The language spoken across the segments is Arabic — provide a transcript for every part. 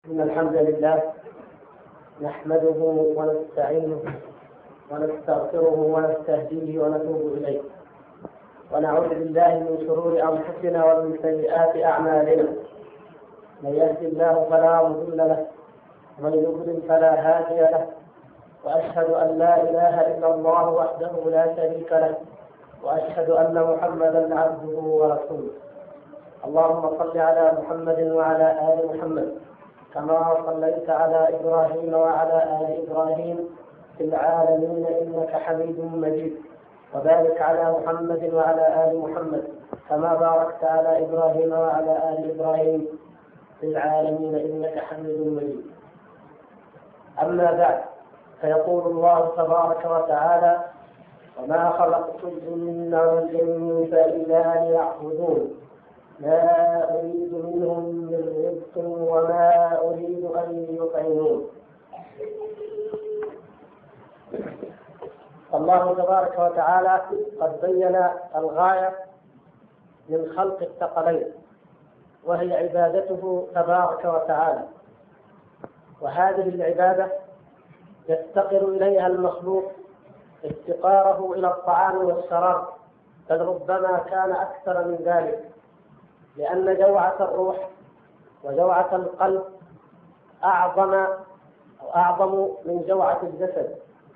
إن الحمد لله نحمده ونستعينه ونستغفره ونستهديه ونتوب إليه، ونعوذ بالله من شرور أنفسنا ومن سيئات أعمالنا. من يهد الله فلا مضل له ومن يضلل فلا هادي له، وأشهد أن لا إله إلا الله وحده لا شريك له، وأشهد أن محمدا عبده ورسوله. اللهم صل على محمد وعلى آل محمد كما صليت على إبراهيم وعلى آل إبراهيم في العالمين إنك حميد مجيد، وبارك على محمد وعلى آل محمد كما باركت على إبراهيم وعلى آل إبراهيم في العالمين إنك حميد مجيد. أما بعد، فيقول الله تبارك وتعالى: وما خلقت الجن والإنس إلا ليعبدون لا أريد منهم من رزق وما أريد أن يطعمون. الله تبارك وتعالى قد بين الغاية من خلق الثقلين، وهي عبادته تبارك وتعالى، وهذه العبادة يفتقر إليها المخلوق افتقاره إلى الطعام والشراب، بل ربما كان أكثر من ذلك، لأن جوعة الروح وجوعة القلب أعظم من جوعة الجسد.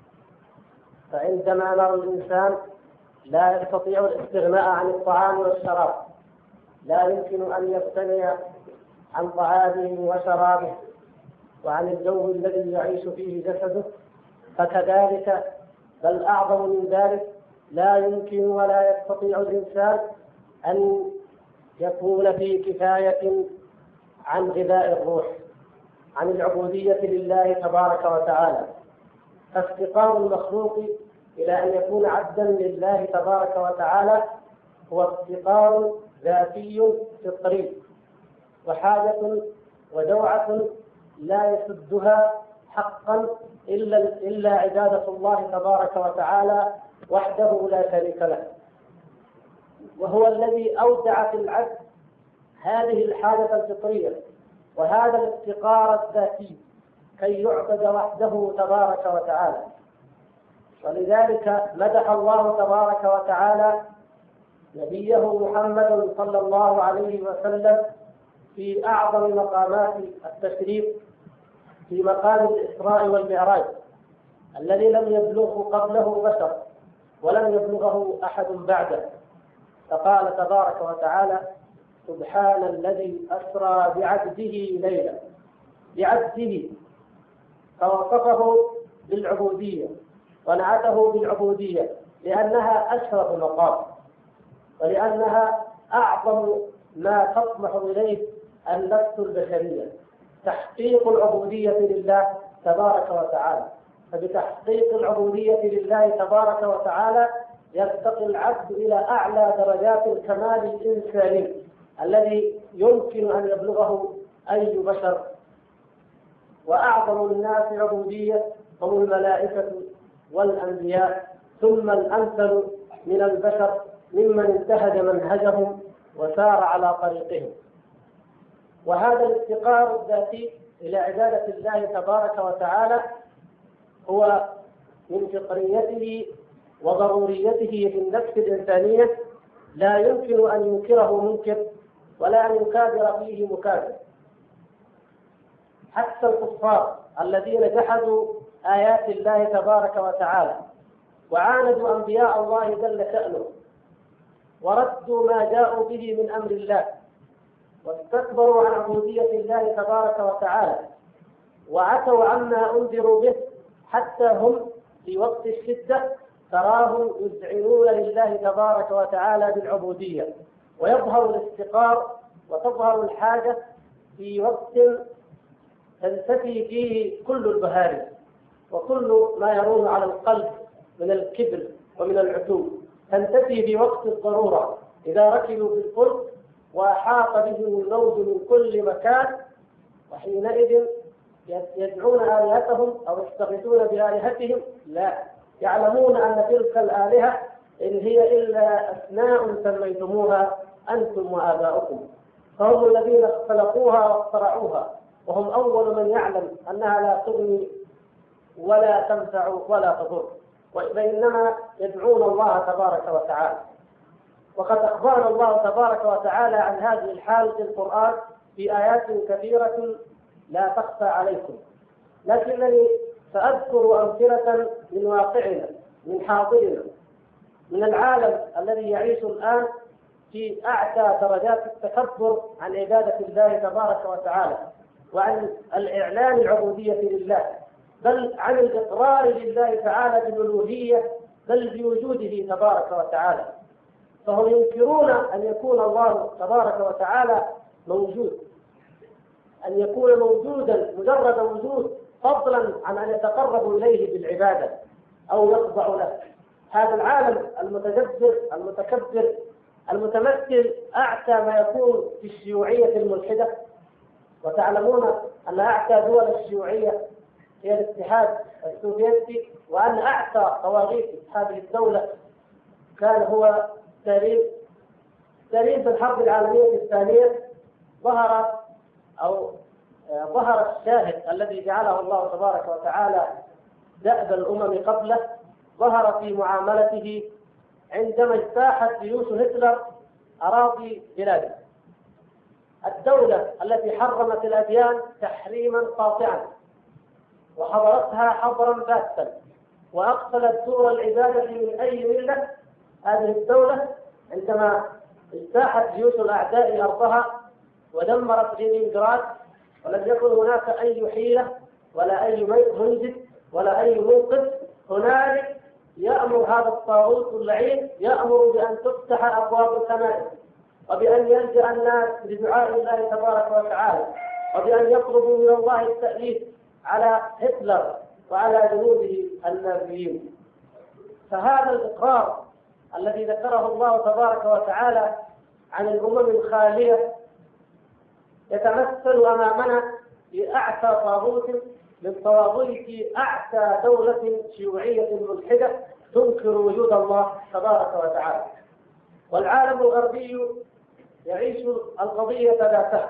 فعندما نرى الإنسان لا يستطيع الاستغناء عن الطعام والشراب، لا يمكن أن يستغني عن طعامه وشرابه وعن الجو الذي يعيش فيه جسده، فكذلك بل أعظم من ذلك لا يمكن ولا يستطيع الإنسان أن يكون في كفاية عن غذاء الروح، عن العبودية لله تبارك وتعالى. فافتقار المخلوق إلى أن يكون عبدا لله تبارك وتعالى هو افتقار ذاتي فطري، وحاجة وجوعة لا يسدها حقا إلا عبادة الله تبارك وتعالى وحده لا شريك له، وهو الذي أودع في العبد هذه الحاجة الفطرية وهذا الافتقار الذاتي كي يعبد وحده تبارك وتعالى. ولذلك مدح الله تبارك وتعالى نبيه محمد صلى الله عليه وسلم في أعظم مقامات التشريف، في مقام الإسراء والمعراج الذي لم يبلغه قبله بشر ولم يبلغه أحد بعده. فقال تبارك وتعالى: سبحان الذي أسرى بعبده ليلا، بعبده، فوصفه بالعبودية ونعته بالعبودية لأنها أشرف مقام، ولأنها أعظم ما تطمح إليه النفس البشرية، تحقيق العبودية لله تبارك وتعالى. فبتحقيق العبودية لله تبارك وتعالى يرتقي العبد إلى أعلى درجات الكمال الإنساني الذي يمكن أن يبلغه أي بشر. وأعظم الناس عبودية هم الملائكة والأنبياء، ثم الأمثل من البشر ممن انتهج منهجهم وسار على طريقهم. وهذا الافتقار الذاتي إلى عبادة الله تبارك وتعالى هو من فطريته وضروريته في النفس الإنسانية، لا يمكن أن ينكره منكر ولا أن يكابر فيه مكابر. حتى الكفار الذين جحدوا آيات الله تبارك وتعالى وعاندوا أنبياء الله جل شأنه وردوا ما جاءوا به من أمر الله واستكبروا عن عبودية الله تبارك وتعالى وعتوا عما أنذروا به، حتى هم في وقت الشدة تراهم يذعنون لله تبارك وتعالى بالعبودية، ويظهر الافتقار وتظهر الحاجة في وقت تنتفي فيه كل البهارج وكل ما يرون على القلب من الكبر ومن العتو، تنتفي في وقت الضرورة إذا ركبوا في الفلك وأحاط بهم الموج من كل مكان، وحينئذ يدعون آلهتهم أو يستغيثون بآلهتهم، لا يعلمون أن تلك الآلهة إن هي إلا أسماء سميتموها أنتم وآباؤكم، فهم الذين خلقوها واخترعوها وهم أول من يعلم أنها لا تغني ولا تنفع ولا تضر، وإنما يدعون الله تبارك وتعالى. وقد أخبرنا الله تبارك وتعالى عن هذه الحال في القرآن في آيات كثيرة لا تخفى عليكم، لكنني سأذكر أمثلة من واقعنا، من حاضرنا، من العالم الذي يعيش الآن في أعتى درجات التكبر عن عبادة الله تبارك وتعالى، وعن الإعلان العبودية لله، بل عن الإقرار لله تعالى بالألوهية، بل بوجوده تبارك وتعالى. فهم ينكرون أن يكون الله تبارك وتعالى موجود، أن يكون موجودا مجرد وجود، فضلا عن أن يتقربوا إليه بالعبادة أو يخضعوا له. هذا العالم المتكبر المتمثل أعتى ما يكون في الشيوعية الملحدة، وتعلمون أن أعتى دول الشيوعية هي الاتحاد السوفيتي، وأن أعتى طواغيت هذه الدولة كان هو ستالين في الحرب العالمية الثانية. ظهر الشاهد الذي جعله الله تبارك وتعالى دأب الأمم قبله، ظهر في معاملته عندما اجتاحت جيوش هتلر أراضي بلاده، الدولة التي حرمت الأديان تحريما قاطعا وحظرتها حظرا باتا، وأقفلت دور العبادة من أي ملة. هذه الدولة عندما اجتاحت جيوش الأعداء أرضها ودمرت لينينغراد، ولم يكن هناك أي حيلة ولا أي منجد ولا أي منقذ، هنالك يأمر هذا الطاغوت اللعين يأمر بأن تفتح أبواب السماء، وبأن يلجأ الناس لدعاء الله تبارك وتعالى، وبأن يطلبوا من الله التأليف على هتلر وعلى جنوده النازيين. فهذا الإقرار الذي ذكره الله تبارك وتعالى عن الأمم الخالية يتمثل أمامنا بأعتى طاغوت من طواغيت أعتى دولة شيوعية ملحدة تنكر وجود الله تبارك وتعالى. والعالم الغربي يعيش القضية ذاتها.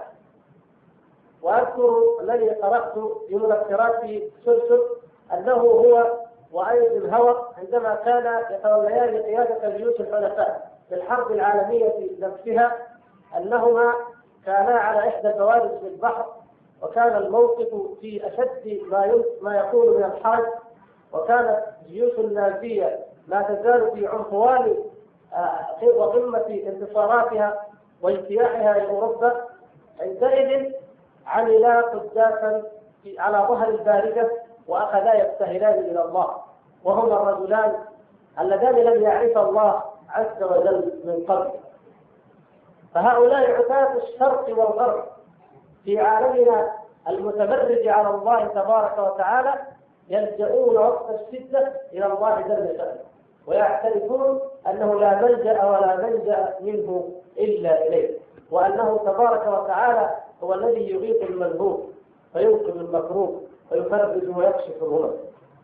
وأذكر الذي قرأت في مذكرات سلسل أنه هو وأيزنهاور عندما كان يتوليان قيادة الجيوش الحلفاء في الحرب العالمية نفسها، أنهما كانا على إحدى البوادي في البحر، وكان الموقف في أشد ما يكون من الحرج، وكانت جيوش النازية لا تزال في عنفوان وقمة انتصاراتها واجتياحها لأوروبا. عندئذ عملا قداسا على ظهر البارجة وأخذا يبتهلان إلى الله، وهما الرجلان اللذان لم يعرفا الله عز وجل من قبل. فهؤلاء عتاة الشرق والغرب في عالمنا المتمرد على الله تبارك وتعالى يلجؤون وقت الشدة إلى الله جل شأنه، ويعترفون أنه لا ملجأ ولا منجأ منه إلا إليه، وأنه تبارك وتعالى هو الذي يغيث الملهوف فينقذ المكروه ويفرج ويكشف الغمم.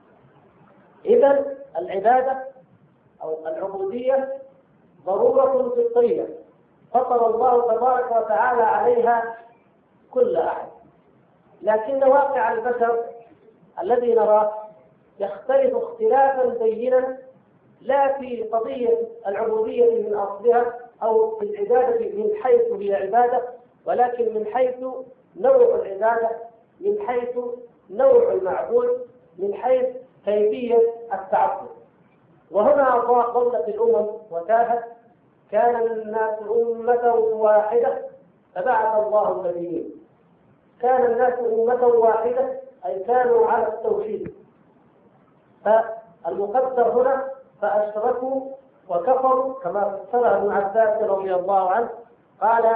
إذن العبادة أو العبودية ضرورة فطرية فطر الله تبارك وتعالى عليها كل أحد، لكن واقع البشر الذي نراه يختلف اختلافا بينا، لا في قضية العبودية من أصلها أو في العبادة من حيث هي عبادة، ولكن من حيث نوع العبادة، من حيث نوع المعبود، من حيث كيفية التعبد. وهنا ضلت الأمم وتاهت. كان الناس أمة واحدة فبعث الله النبيين. كان الناس أمة واحدة أي كانوا على التوحيد، فالمقدر هنا فأشركوا وكفروا كما فسرها ابن عباس رضي الله عنه، قال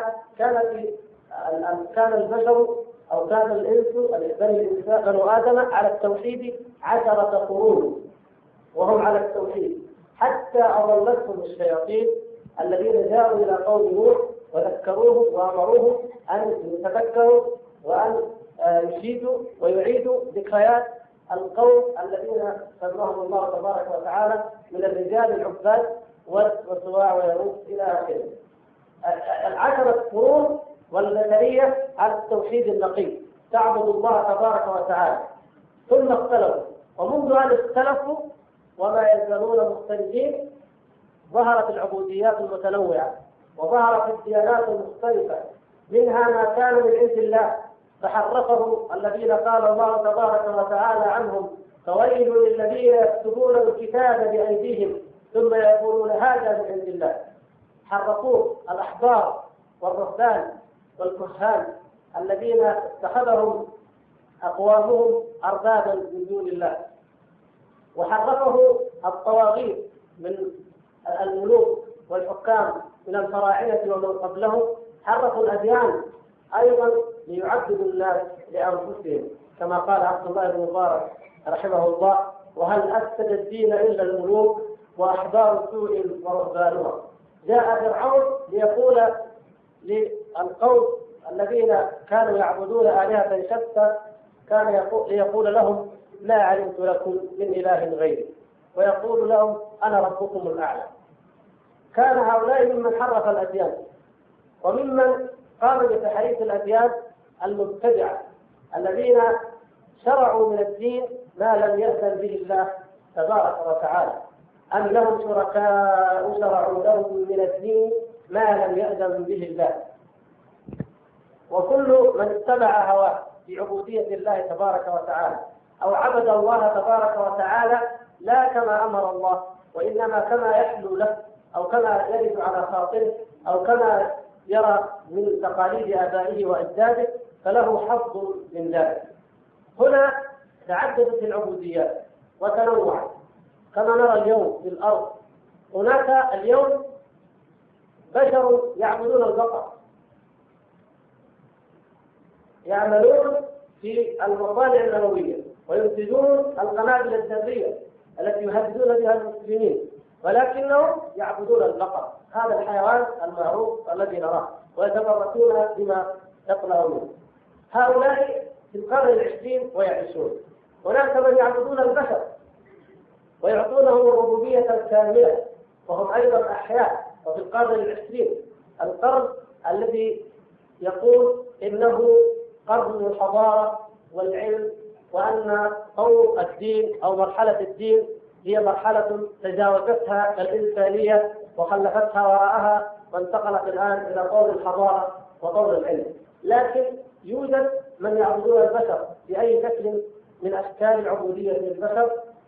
كان البشر أو كان الإنس بنو آدم على التوحيد 10 قرون، وهم على التوحيد حتى أضلتهم الشياطين الذين جاءوا إلى قوم نوح وذكروه وأمروه أن يتذكروا وأن يشيدوا ويعيدوا ذكريات القوم الذين سماهم الله تبارك وتعالى من الرجال العباد والسواع ويروح إلى آخره. 10 قرون والبشرية على التوحيد النقي، تعبد الله تبارك وتعالى، ثم اختلفوا، ومنذ أن اختلفوا وما يزالون مختلفين ظهرت العبوديات المتنوعة، وظهرت الديانات المختلفة، منها ما كان من عند الله فحرفه الذين قال الله تبارك وتعالى عنهم: فويل للذين يكتبون الكتاب بأيديهم ثم يقولون هذا من عند الله. حرفوه الأحبار والرهبان والكهان الذين اتخذهم أقوامهم أربابا من دون الله، وحرفه الطواغيت من الملوك والحكام من الفراعنة ومن قبلهم، حرفوا الأديان أيضا ليعبدوا الناس لأنفسهم، كما قال عبد الله بن مبارك رحمه الله: وهل أفسد الدين إلا الملوك وأحبار سوء ورهبانها. جاء فرعون ليقول للقوم الذين كانوا يعبدون آلهة شتى، كان ليقول لهم: لا علمت لكم من إله غيري، ويقول لهم: أنا ربكم الأعلى. كان هؤلاء ممن حرف الأديان، وممن قاموا بتحريف الأديان المبتدعة الذين شرعوا من الدين ما لم يأذن به الله تبارك وتعالى. أم لهم شركاء شرعوا لهم من الدين ما لم يأذن به الله. وكل من اتبع هواه في عبودية الله تبارك وتعالى أو عبد الله تبارك وتعالى لا كما أمر الله، وإنما كما يحلو له أو كما يرد على خاطره أو كما يرى من تقاليد آبائه وأجداده، فله حظ من ذلك. هنا تعددت العبوديات وتنوعت كما نرى اليوم في الأرض. هناك اليوم بشر يعبدون البقر، يعملون في المصانع النووية وينتجون القنابل الذرية التي يهددون بها المسلمين، ولكنهم يعبدون البقر، هذا الحيوان المعروف الذي نراه، ويتبركون بما يطلع منه. هؤلاء في القرن العشرين ويعيشون. هناك من يعبدون البشر ويعطونهم الربوبية الكاملة وهم أيضا أحياء. وفي القرن العشرين، القرن الذي يقول إنه قرن الحضارة والعلم، وأن طور الدين أو مرحلة الدين هي مرحلة تجاوزتها الإنسانية وخلفتها وراءها، وانتقلت الآن إلى طور الحضارة وطور العلم. لكن يوجد من يعبدون البشر بأي شكل من أشكال العبودية للبشر،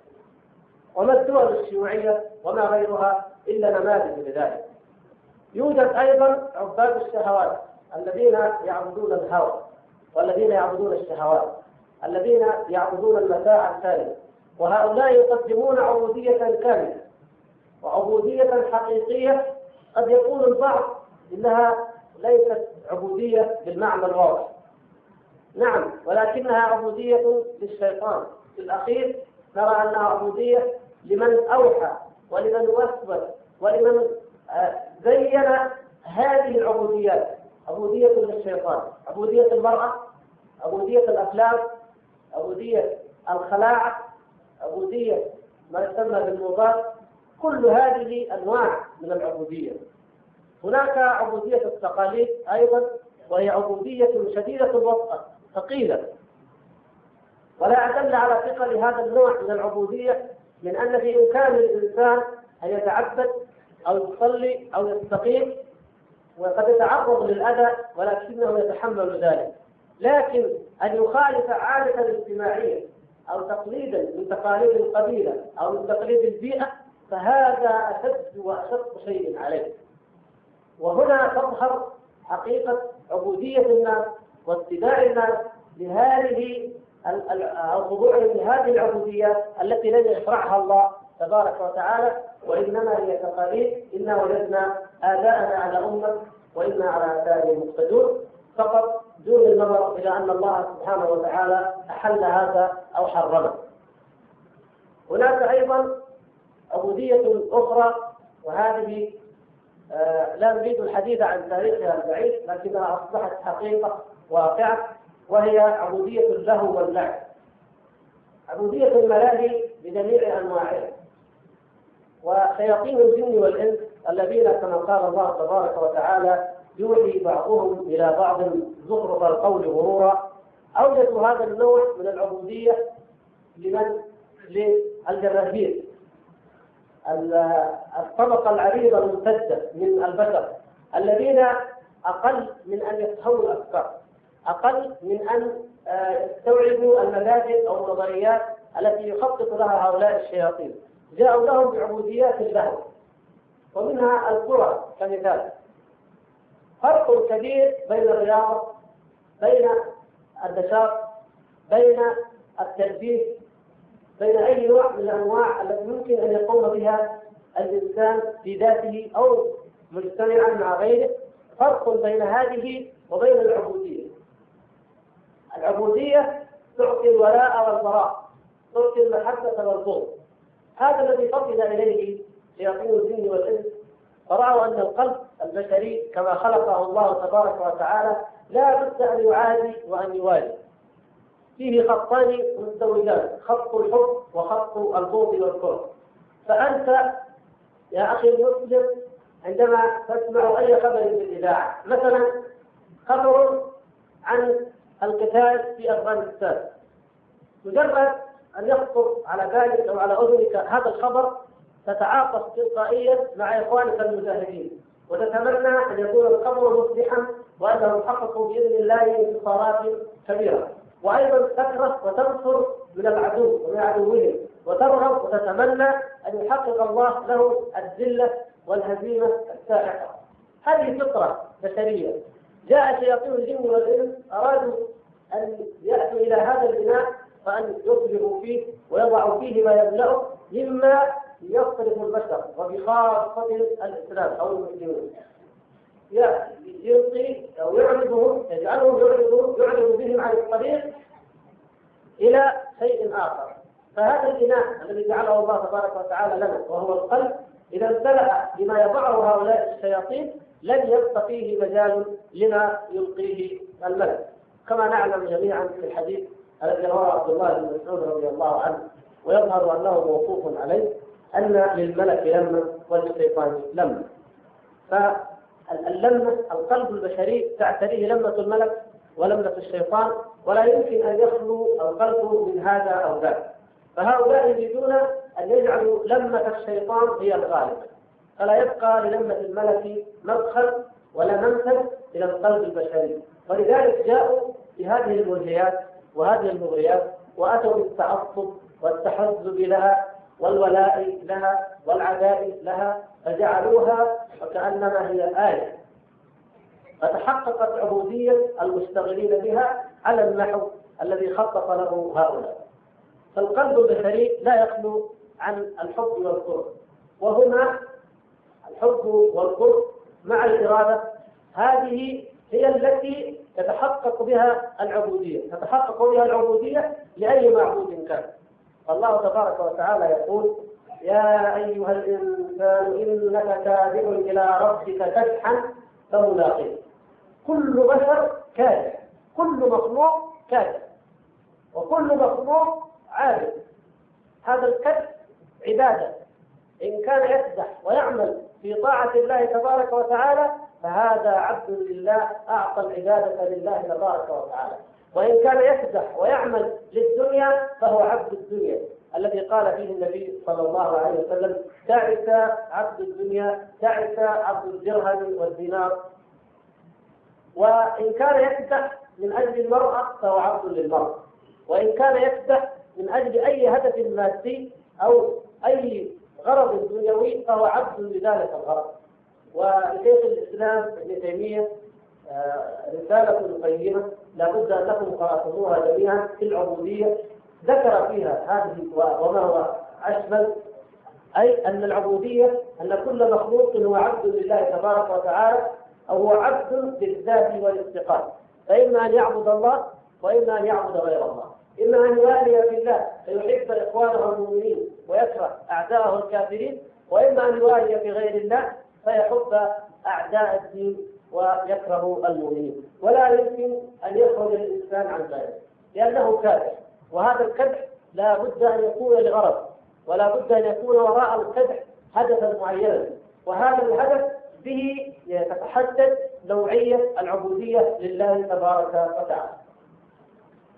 وما الدول الشيوعية وما غيرها إلا نماذج لذلك. يوجد أيضا عباد الشهوات الذين يعبدون الهوى، والذين يعبدون الشهوات، الذين يعبدون المتاع الثاني، وهؤلاء يقدمون عبودية كاملة وعبودية حقيقية. قد يقول البعض إنها ليست عبودية بالمعنى الواضح، نعم، ولكنها عبودية للشيطان. في الأخير نرى أنها عبودية لمن أوحى ولمن وسوس ولمن زين هذه العبوديات. عبودية للشيطان، عبودية المرأة، عبودية الأفلام، عبودية الخلاعة، عبودية ما يسمى بالموضات. كل هذه أنواع من العبودية. هناك عبودية التقاليد أيضا، وهي عبودية شديدة الوطأة ثقيلة، ولا أدل على ثقل هذا النوع من العبودية من أن في إمكان الإنسان أن يتعبد أو يصلي أو يستقيم، وقد يتعرض للأذى ولكنه يتحمل ذلك. لكن أن يخالف عادة اجتماعية أو تقليدا من تقاليد القبيلة أو من تقليد البيئة، فهذا أشد وأشد شيء عليه. وهنا تظهر حقيقة عبودية الناس واتباع الناس لهذه الخضوع لهذه العبوديات التي لم يشرعها الله تبارك وتعالى، وإنما هي تقاليد. إنا وجدنا آباءنا على أمة وإنا على آثارهم مقتدون، فقط دون النظر إلى أن الله سبحانه وتعالى أحل هذا أو حرمه. هناك أيضا عبودية أخرى، وهذه لا نريد الحديث عن تاريخها البعيد لكنها أصبحت حقيقة واقعة، وهي عبودية اللهو واللعب، عبودية الملاهي بجميع أنواعها. وشياطين الجن والإنس الذين كما قال الله تبارك وتعالى: يوحي بعضهم إلى بعض زخرف القول غرورا. أوجدوا هذا النوع من العبودية للجماهير، الطبقة العريضة الممتدة من البشر الذين أقل من أن يفهموا الأفكار، أقل من أن يستوعبوا المبادئ أو النظريات التي يخطط لها هؤلاء الشياطين. جاءوا لهم بعبوديات اللهو، ومنها الكرة كمثال. فرق كبير بين الرياضة، بين النشاط، بين التلبيس، بين أي نوع من الأنواع التي يمكن أن يقوم بها الإنسان في ذاته أو مجتمعا مع غيره. فرق بين هذه وبين العبودية. العبودية تعطي الولاء والبراء، تعطي المحبة والبغض. هذا الذي فضل إليه شياطين الجن والإنس، فرأوا أن القلب البشري كما خلقه الله تبارك وتعالى لا بد أن يعادي وأن يوالي، فيه خطان مزدوجان، خط الحب وخط البغض والكره. فأنت يا أخي المسلم عندما تسمع أي خبر في الإذاعة، مثلا خبر عن القتال في أفغانستان، مجرد أن يخطر على بالك أو على أذنك هذا الخبر تتعاطف تلقائيا مع إخوانك المجاهدين، وتتمنى أن يكون الخبر مصلحا وأنهم حققوا بإذن الله انتصارات كبيرة. وأيضا تكره وتنفر من العدو ومن عدوهم، وترغب وتتمنى أن يحقق الله له الذلة والهزيمة السائحة. هذه فطرة بشرية. جاء شياطين الجن والإنس أرادوا أن يأتوا إلى هذا البناء فأن يصبغوا فيه ويضعوا فيه ما يملأه مما يصرف البشر، وبخاصة الإسلام أو المسلمين، يلقي أو يعرضهم، يجعلهم يعرض بهم عن الطريق إلى شيء آخر. فهذا البناء الذي جعله الله تبارك وتعالى لنا وهو القلب، إذا امتلأ بما يضعه هؤلاء الشياطين لن يبقى فيه مجال لما يلقيه الملك، كما نعلم جميعا في الحديث الذي رواه عبد الله بن مسعود رضي الله عنه، ويظهر أنه موقوف عليه، أن للملك لمة وللشيطان لمة. فاللمة القلب البشري تعتريه لمة الملك ولمة الشيطان، ولا يمكن أن يخلو القلب من هذا أو ذاك. فهؤلاء يريدون أن يجعلوا لمة الشيطان هي الغالب، فلا يبقى للمة الملك مدخل ولا منفذ إلى القلب البشري. ولذلك جاءوا بهذه الملهيات وهذه المغريات، وأتوا بالتعصب والتحزب لها والولاء لها والعداء لها، فجعلوها وكأنما هي آية، فتحققت عبودية المشتغلين بها على النحو الذي خطط له هؤلاء. فالقلب البشري لا يخلو عن الحب والقرب، وهنا الحب والقرب مع الإرادة، هذه هي التي تتحقق بها العبودية، تتحقق بها العبودية لأي معبود كان. فالله تبارك وتعالى يقول: يا أيها الإنسان إنك كادح إلى ربك كدحا فملاقيه. كل بشر كادح، كل مخلوق كادح، وكل مخلوق عابد. هذا الكدح عبادة، إن كان يكدح ويعمل في طاعة الله تبارك وتعالى فهذا عبد لله أعطى العبادة لله تبارك وتعالى، وإن كان يكدح ويعمل للدنيا فهو عبد الدنيا الذي قال فيه النبي صلى الله عليه وسلم: تعس عبد الدنيا، تعس عبد الدرهم والدينار. وإن كان يكدح من أجل المرأة فهو عبد للمرأة، وإن كان يكدح من أجل أي هدف مادي أو أي غرض دنيوي فهو عبد لذلك الغرض. ولشيخ الإسلام ابن تيمية رسالة قيمة لا بد أنكم قرأتموها جميعا في العبودية، ذكر فيها هذه وما هو أشمل، أي أن العبودية أن كل مخلوق هو عبد لله تبارك وتعالى، أو هو عبد بالذات والاستقامة، فإما أن يعبد الله وإما أن يعبد غير الله، إما أن يوالي بالله فيحب إخوانه المؤمنين ويكره أعداءه الكافرين، وإما أن يوالي بغير الله فيحب أعداء الدين ويكره المؤمنين. ولا يمكن أن يخرج الإنسان عن ذلك لأنه كادح، وهذا الكدح لا بد أن يكون لغرض، ولا بد أن يكون وراء الكدح هدفا معينا، وهذا الهدف به تتحدد نوعية العبودية لله تبارك وتعالى.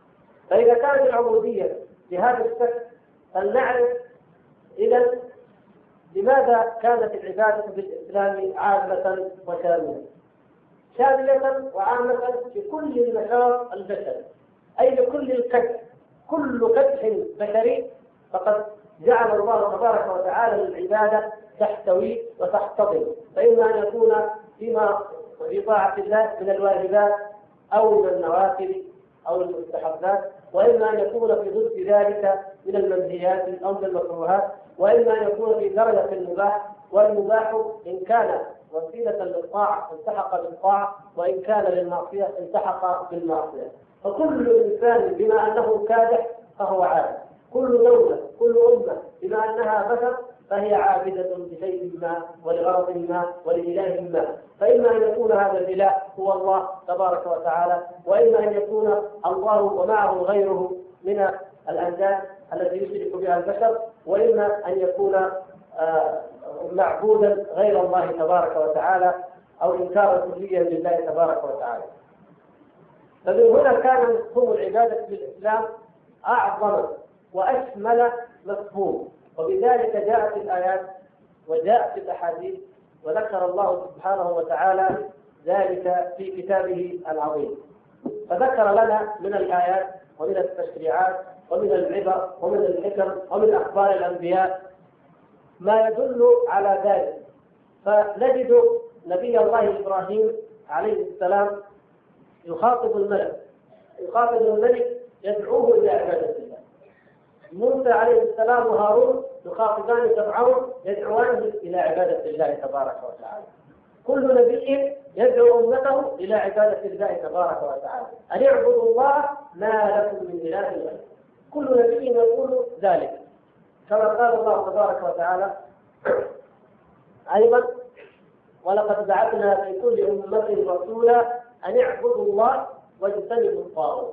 فإذا كانت العبودية بهذا الشكل فلنعرف إذا لماذا كانت العبادة في الإسلام عامة وشاملة؟ شاملة وعامة في كل النشاط البشري، أي لكل الكدح، كل كدح بشري فقد جعل الله تبارك وتعالى العبادة تحتوي وتحتضن، فإما أن يكون فيما في طاعة الله من الواجبات أو من النوافل أو المستحبات، وإما أن يكون في ضد ذلك من المنهيات أو من المكروهات، وإما أن يكون في درجة المباح، والمباح إن كان وسيلة للطاعة التحق بالطاعة، وإن كان للمعصية التحق بالمعصية. فكل إنسان بما أنه كادح فهو عابد، كل دولة كل أمة بما أنها بشر فهي عابدة بشيء ما ولغرض ما ولإله ما، فإما أن يكون هذا الإله هو الله تبارك وتعالى، وإما أن يكون الله ومعه غيره من الأنداد التي يشرك بها البشر، وإما أن يكون معبودا غير الله تبارك وتعالى أو إنكارا كليا لله تبارك وتعالى. فمن هنا كان مفهوم العبادة في الإسلام أعظم وأشمل مفهوم، وبذلك جاءت الآيات وجاءت الأحاديث وذكر الله سبحانه وتعالى ذلك في كتابه العظيم. فذكر لنا من الآيات ومن التشريعات ومن العبر ومن الحكم ومن أخبار الأنبياء ما يدل على ذلك. فنجد نبي الله إبراهيم عليه السلام يخاطب الملك يدعوه إلى عبادة الله. موسى عليه السلام وهارون يخاطبان فرعون يدعوانه إلى عبادة الله تبارك وتعالى. كل نبي يدعو أمته إلى عبادة الله تبارك وتعالى، أن اعبدوا الله ما لكم من إله غيره. كل نبي يقول ذلك، كما قال الله تبارك وتعالى أيضا: ولقد بعثنا في كل أمة رسولا أن اعبدوا الله واجتنبوا الطاغوت.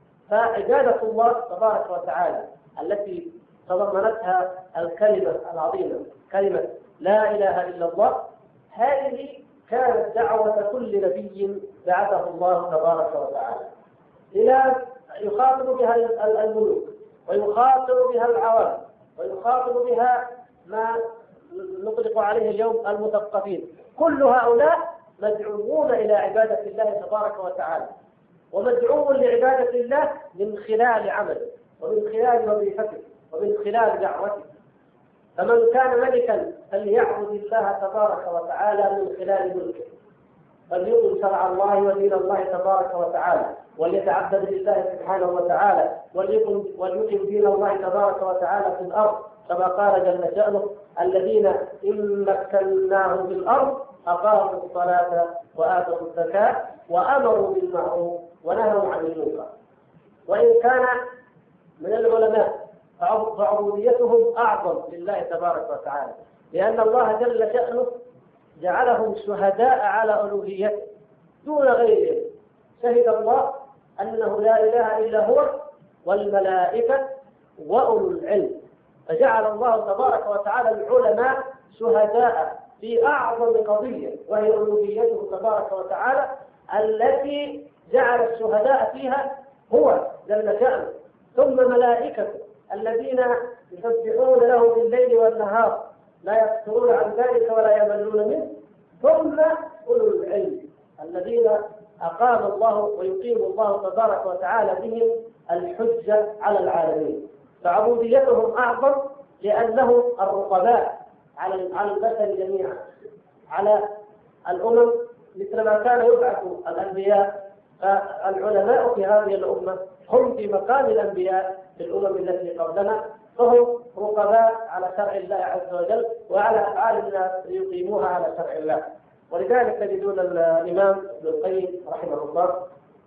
فعبادة الله تبارك وتعالى التي تضمنتها الكلمة العظيمة كلمة لا إله إلا الله، هذه كانت دعوة كل نبي بعثه الله تبارك وتعالى إلى يخاطب بها الملوك، ويخاطب بها العوام، ويخاطب بها ما نطلق عليه اليوم المثقفين. كل هؤلاء مدعوون إلى عبادة الله تبارك وتعالى، ومدعو لعبادة الله من خلال عمله ومن خلال وظيفته ومن خلال دعوته. فمن كان ملكا فليعبد الله تبارك وتعالى من خلال ملكه، فليقم شرع الله ودين الله تبارك وتعالى، وليتعبد لله سبحانه وتعالى، وليقم دين الله تبارك وتعالى في الأرض، كما قال جل شأنه: الذين إن مكناهم في الأرض أقاموا الصلاة وآتوا الزكاة وأمروا بالمعروف ونهوا عن المنكر. وإن كان من العلماء فعبوديتهم أعظم لله تبارك وتعالى، لأن الله جل شأنه جعلهم شهداء على ألوهيته دون غيرهم. شهد الله أنه لا إله إلا هو والملائكة وأولو العلم، فجعل الله تبارك وتعالى العلماء شهداء في أعظم قضية وهي ألوهيته تبارك وتعالى، التي جعل الشهداء فيها هو جل شأنه، ثم ملائكته الذين يسبحون له بالليل والنهار لا يفترون عن ذلك ولا يملون منه، ثم أولو العلم الذين أقام الله ويقيم الله تبارك وتعالى بهم الحجة على العالمين. فعبوديتهم أعظم لأنهم الرقباء على البشر جميعا، على الأمم، مثلما كان يبعث الأنبياء. فالعلماء في هذه الأمة هم في مقام الأنبياء في الأمم التي قبلنا، فهم رقباء على شرع الله عز وجل وعلى أفعال الناس ليقيموها على شرع الله. ولذلك تجدون الإمام ابن القيم رحمه الله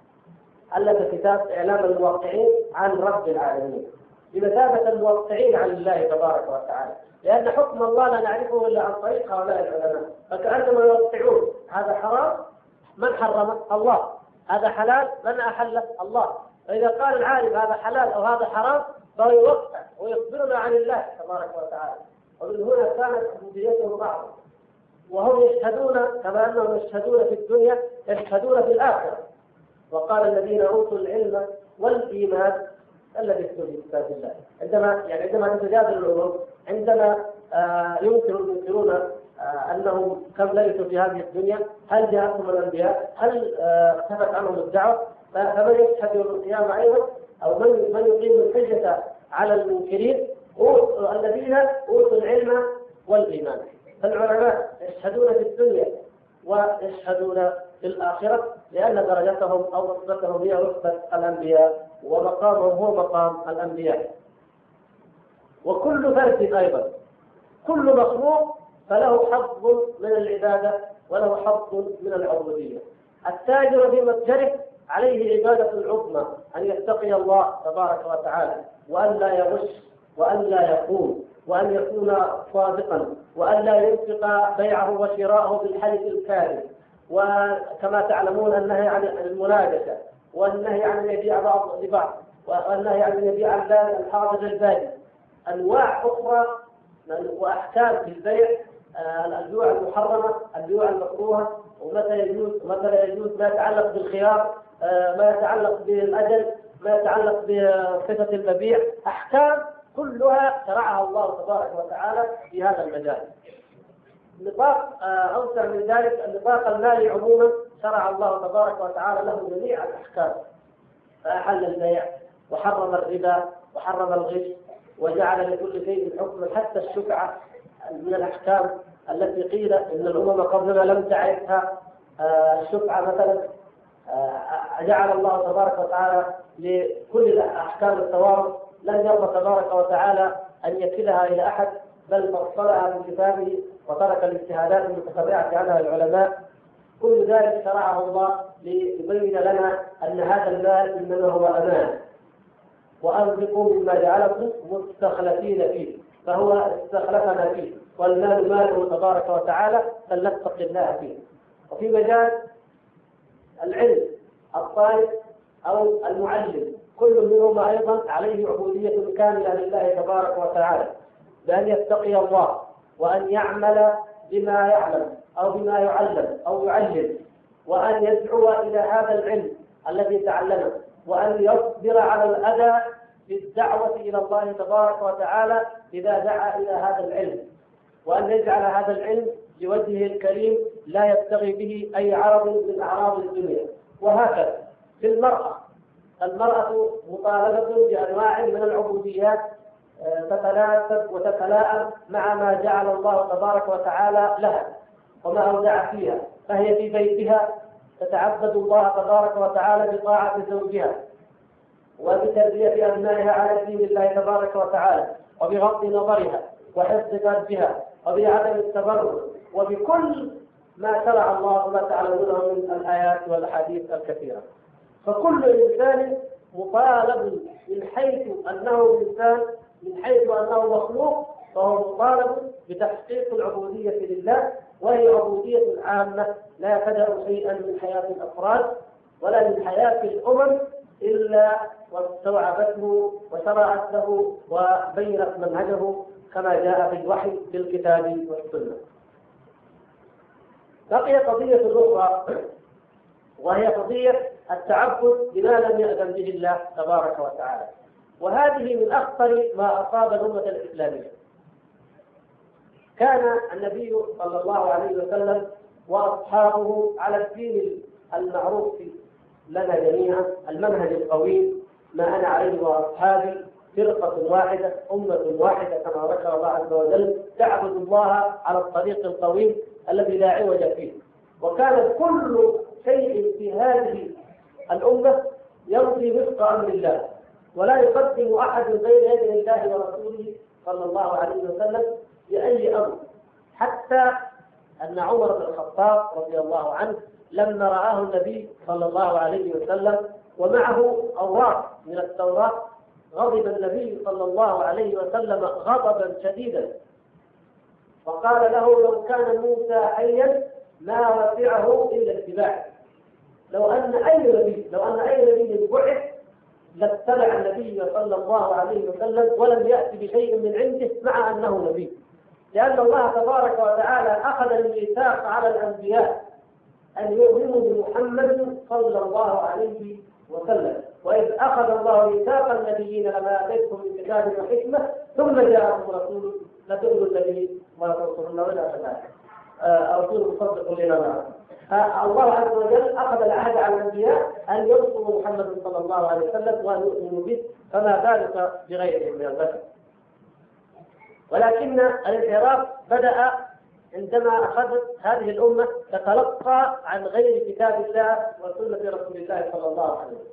ألف كتاب إعلام الموقعين عن رب العالمين، بمثابة الموقعين عن الله تبارك وتعالى، لأن حكم الله لا نعرفه إلا عن طريق هؤلاء العلماء، فكأنما يوقعون: هذا حرام، من حرمه؟ الله. هذا حلال، من أحله؟ الله. فإذا قال العالم هذا حلال أو هذا حرام فهو يوقع ويخبرنا عن الله تبارك وتعالى. ومن هنا كانت عبوديتهم بعض، وهم يشهدون كما أنهم يشهدون في الدنيا يشهدون في الآخرة. وقال الذين أوتوا العلم والإيمان الذي يكون في كتاب الله. عندما تتجادل العلوم، عندما ينكرون أنهم كم لبثوا في هذه الدنيا، هل جاءتهم الأنبياء، هل اختفت عنهم الدعوة، فمن يشهد يوم القيامة أيضا، أو من يقيم الحجة على المنكرين الذين أوتوا العلم والإيمان. فالعلماء يشهدون في الدنيا ويشهدون في الآخرة، لأن درجتهم أو رتبتهم هي رتبة الأنبياء، ومقامهم هو مقام الأنبياء. وكل فرد أيضا، كل مخلوق فله حظ من العبادة وله حظ من العبودية. التاجر في متجره عليه عبادة العظمى، أن يتقي الله تبارك وتعالى، وأن لا يغش، وأن لا يخون، وأن يكون صادقا، وأن لا ينفق بيعه وشراءه بالحلف الكاذب، وكما تعلمون النهي عن المناجشة، والنهي عن أن يبيع بعض لبعض، والنهي عن أن يبيع الحاضر البادي، أنواع أخرى وأحكام في البيع، البيوع المحرمة، البيوع المكروهة، ومتى يجوز ومتى لا يجوز، ما يتعلق بالخيار، ما يتعلق بالأجل، ما يتعلق بصفة المبيع، أحكام كلها شرعها الله تبارك وتعالى في هذا المجال. نطاق أوسع من ذلك، النطاق المالي عموما شرع الله تبارك وتعالى له جميع الأحكام، فأحل البيع وحرم الربا وحرم الغش، وجعل لكل شيء حكما حتى الشفعة من الأحكام التي قيل إن الأمم قبلنا لم تعرفها. الشفعة مثلا جعل الله تبارك وتعالى لكل أحكام التوارث، لم يرضى تبارك وتعالى أن يكلها إلى أحد، بل فصلها في كتابه وترك الاجتهادات المتفرعة عنها العلماء. كل ذلك شرعه الله ليبين لنا أن هذا المال إنما هو أمان، وأنفقوا مما جعلكم مستخلفين فيه، فهو استخلفنا فيه، والمال ماله تبارك وتعالى، فلنتق الله فيه. وفي مجال العلم، الطالب أو المعلم كل منهما أيضا عليه عبودية كاملة لله تبارك وتعالى، بأن يتقي الله، وأن يعمل بما يعلم أو بما يعلم أو يعلم، وأن يدعو إلى هذا العلم الذي تعلمه، وأن يصبر على الأذى بالدعوة إلى الله تبارك وتعالى إذا دعا إلى هذا العلم، وأن يجعل هذا العلم لوجهه الكريم لا يبتغي به أي عرض من أعراض الدنيا. وهكذا في المرأة مطالبة بأنواع من العبوديات تتناسب وتتلائم مع ما جعل الله تبارك وتعالى لها وما أودع فيها، فهي في بيتها تتعبد الله تبارك وتعالى بطاعة زوجها، وبتربية أبنائها على دين الله تبارك وتعالى، وبغض نظرها، وحفظ فرجها، وبعدم التبرج، وبكل ما شرع الله وما تعلمونه من الآيات والأحاديث الكثيرة. فكل إنسان مطالب من حيث أنه إنسان، من حيث أنه مخلوق، فهو مطالب بتحقيق العبودية لله، وهي عبودية عامة لا تدع شيئا من حياة الأفراد ولا من حياة الأمم إلا واستوعبته وشرعت له وبينت منهجه كما جاء في الوحي بالكتاب والسنة. بقي قضية أخرى، وهي قضية التعبد بما لم يأذن به الله تبارك وتعالى، وهذه من أخطر ما أصاب الأمة الإسلامية. كان النبي صلى الله عليه وسلم وأصحابه على الدين المعروف لنا جميعا، المنهج القويم، ما أنا عليه وأصحابي، فرقة واحدة، أمة واحدة، كما ذكر الله عز وجل، تعبد الله على الطريق القويم الذي لا عوج فيه. وكان كل شيء في هذه الأمة يمضي وفق أمر الله، ولا يقدم أحد غير يد الله ورسوله صلى الله عليه وسلم بأي أمر، حتى أن عمر بن الخطاب رضي الله عنه لما رآه النبي صلى الله عليه وسلم ومعه أوراق من التوراة غضب النبي صلى الله عليه وسلم غضبا شديدا، فقال له: لو كان موسى حيا ما وسعه إلا اتباعه. لو أن أي نبي بعث لاتبع النبي صلى الله عليه وسلم ولم يأتي بشيء من عنده مع أنه نبي، لأن الله تبارك وتعالى أخذ الميثاق على الأنبياء أن يؤمنوا بمحمد صلى الله عليه وسلم، وإذ أخذ الله ميثاق النبيين لما آتيتكم من كتاب وحكمة ثم جاءكم رسول لتؤمنن به ولتنصرنه إلى آخره. رسول مصدق لنا الله عز وجل أخذ العهد على الأنبياء أن ينصروا محمد صلى الله عليه وسلم وأن يؤمنوا به، فما ذلك بغيرهم من البشر. ولكن الانحراف بدأ عندما أخذت هذه الأمة تتلقى عن غير كتاب الله وسنة رسول الله صلى الله عليه وسلم.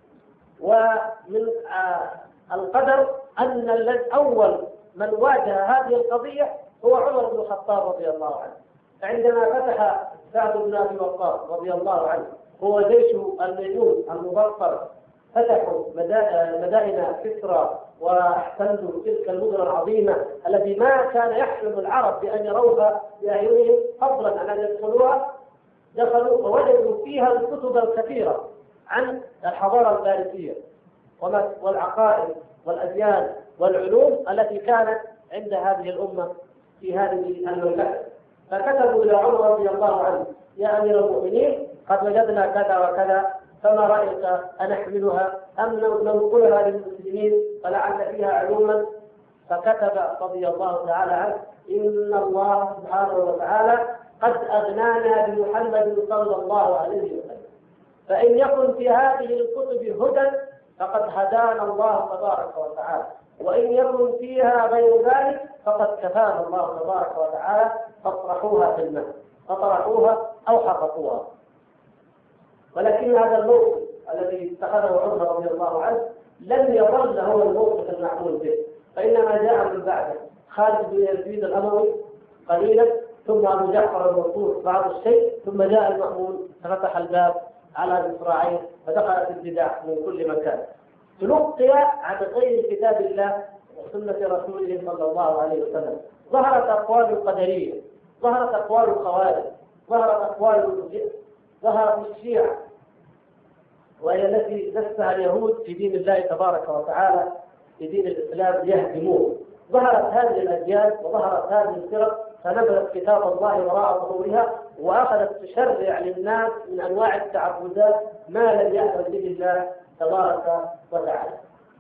ومن القدر أن أول من واجه هذه القضية هو عمر بن الخطاب رضي الله عنه، عندما فتح سعد بن أبي وقاص رضي الله عنه هو جيش الميمون المظفر، فتحوا مدائن كسرى واحتلوا تلك المدن العظيمة التي ما كان يحلم العرب بأن يروها بأعينهم فضلا عن أن يدخلوها. دخلوا ووجدوا فيها الكتب الكثيرة عن الحضارة الفارسية والعقائد والأديان والعلوم التي كانت عند هذه الأمة في هذه المملكة. فكتبوا إلى عمر رضي الله عنه: يا أمير المؤمنين، قد وجدنا كذا وكذا، فما رأيك أن نحملها أم ننقلها للمسلمين فلعل فيها علوما؟ فكتب رضي الله تعالى عنه: إن الله سبحانه وتعالى قد أغنانا بمحمد صلى الله عليه وسلم، فإن يكن في هذه الكتب هدى فقد هدانا الله تبارك وتعالى، وإن يكن فيها غير ذلك فقد كفانا الله تبارك وتعالى، فاطرحوها في الماء، فطرحوها أو حرقوها. ولكن هذا الموقف الذي اتخذه عمر رضي الله عنه لم يظل هو الموقف المعمول به، فإنما جاء من بعده خالد بن يزيد الأموي قليلا، ثم أبو جعفر المنصور بعض الشيء، ثم جاء المأمون ففتح الباب على مصراعيه فدخلت البدع من كل مكان، تلقي عن غير كتاب الله وسنة رسوله صلى الله عليه وسلم. ظهرت أقوال القدرية، ظهرت أقوال الخوارج، ظهرت أقوال المرجئة، ظهرت الشيعة، وهي التي دسها اليهود في دين الله تبارك وتعالى، في دين الإسلام يهدموه. ظهرت هذه الأديان وظهرت هذه الفرق، فنبذت كتاب الله وراء ظهورها وأخذت تشرع للناس من أنواع التعبدات ما لم يأذن به الله تبارك وتعالى.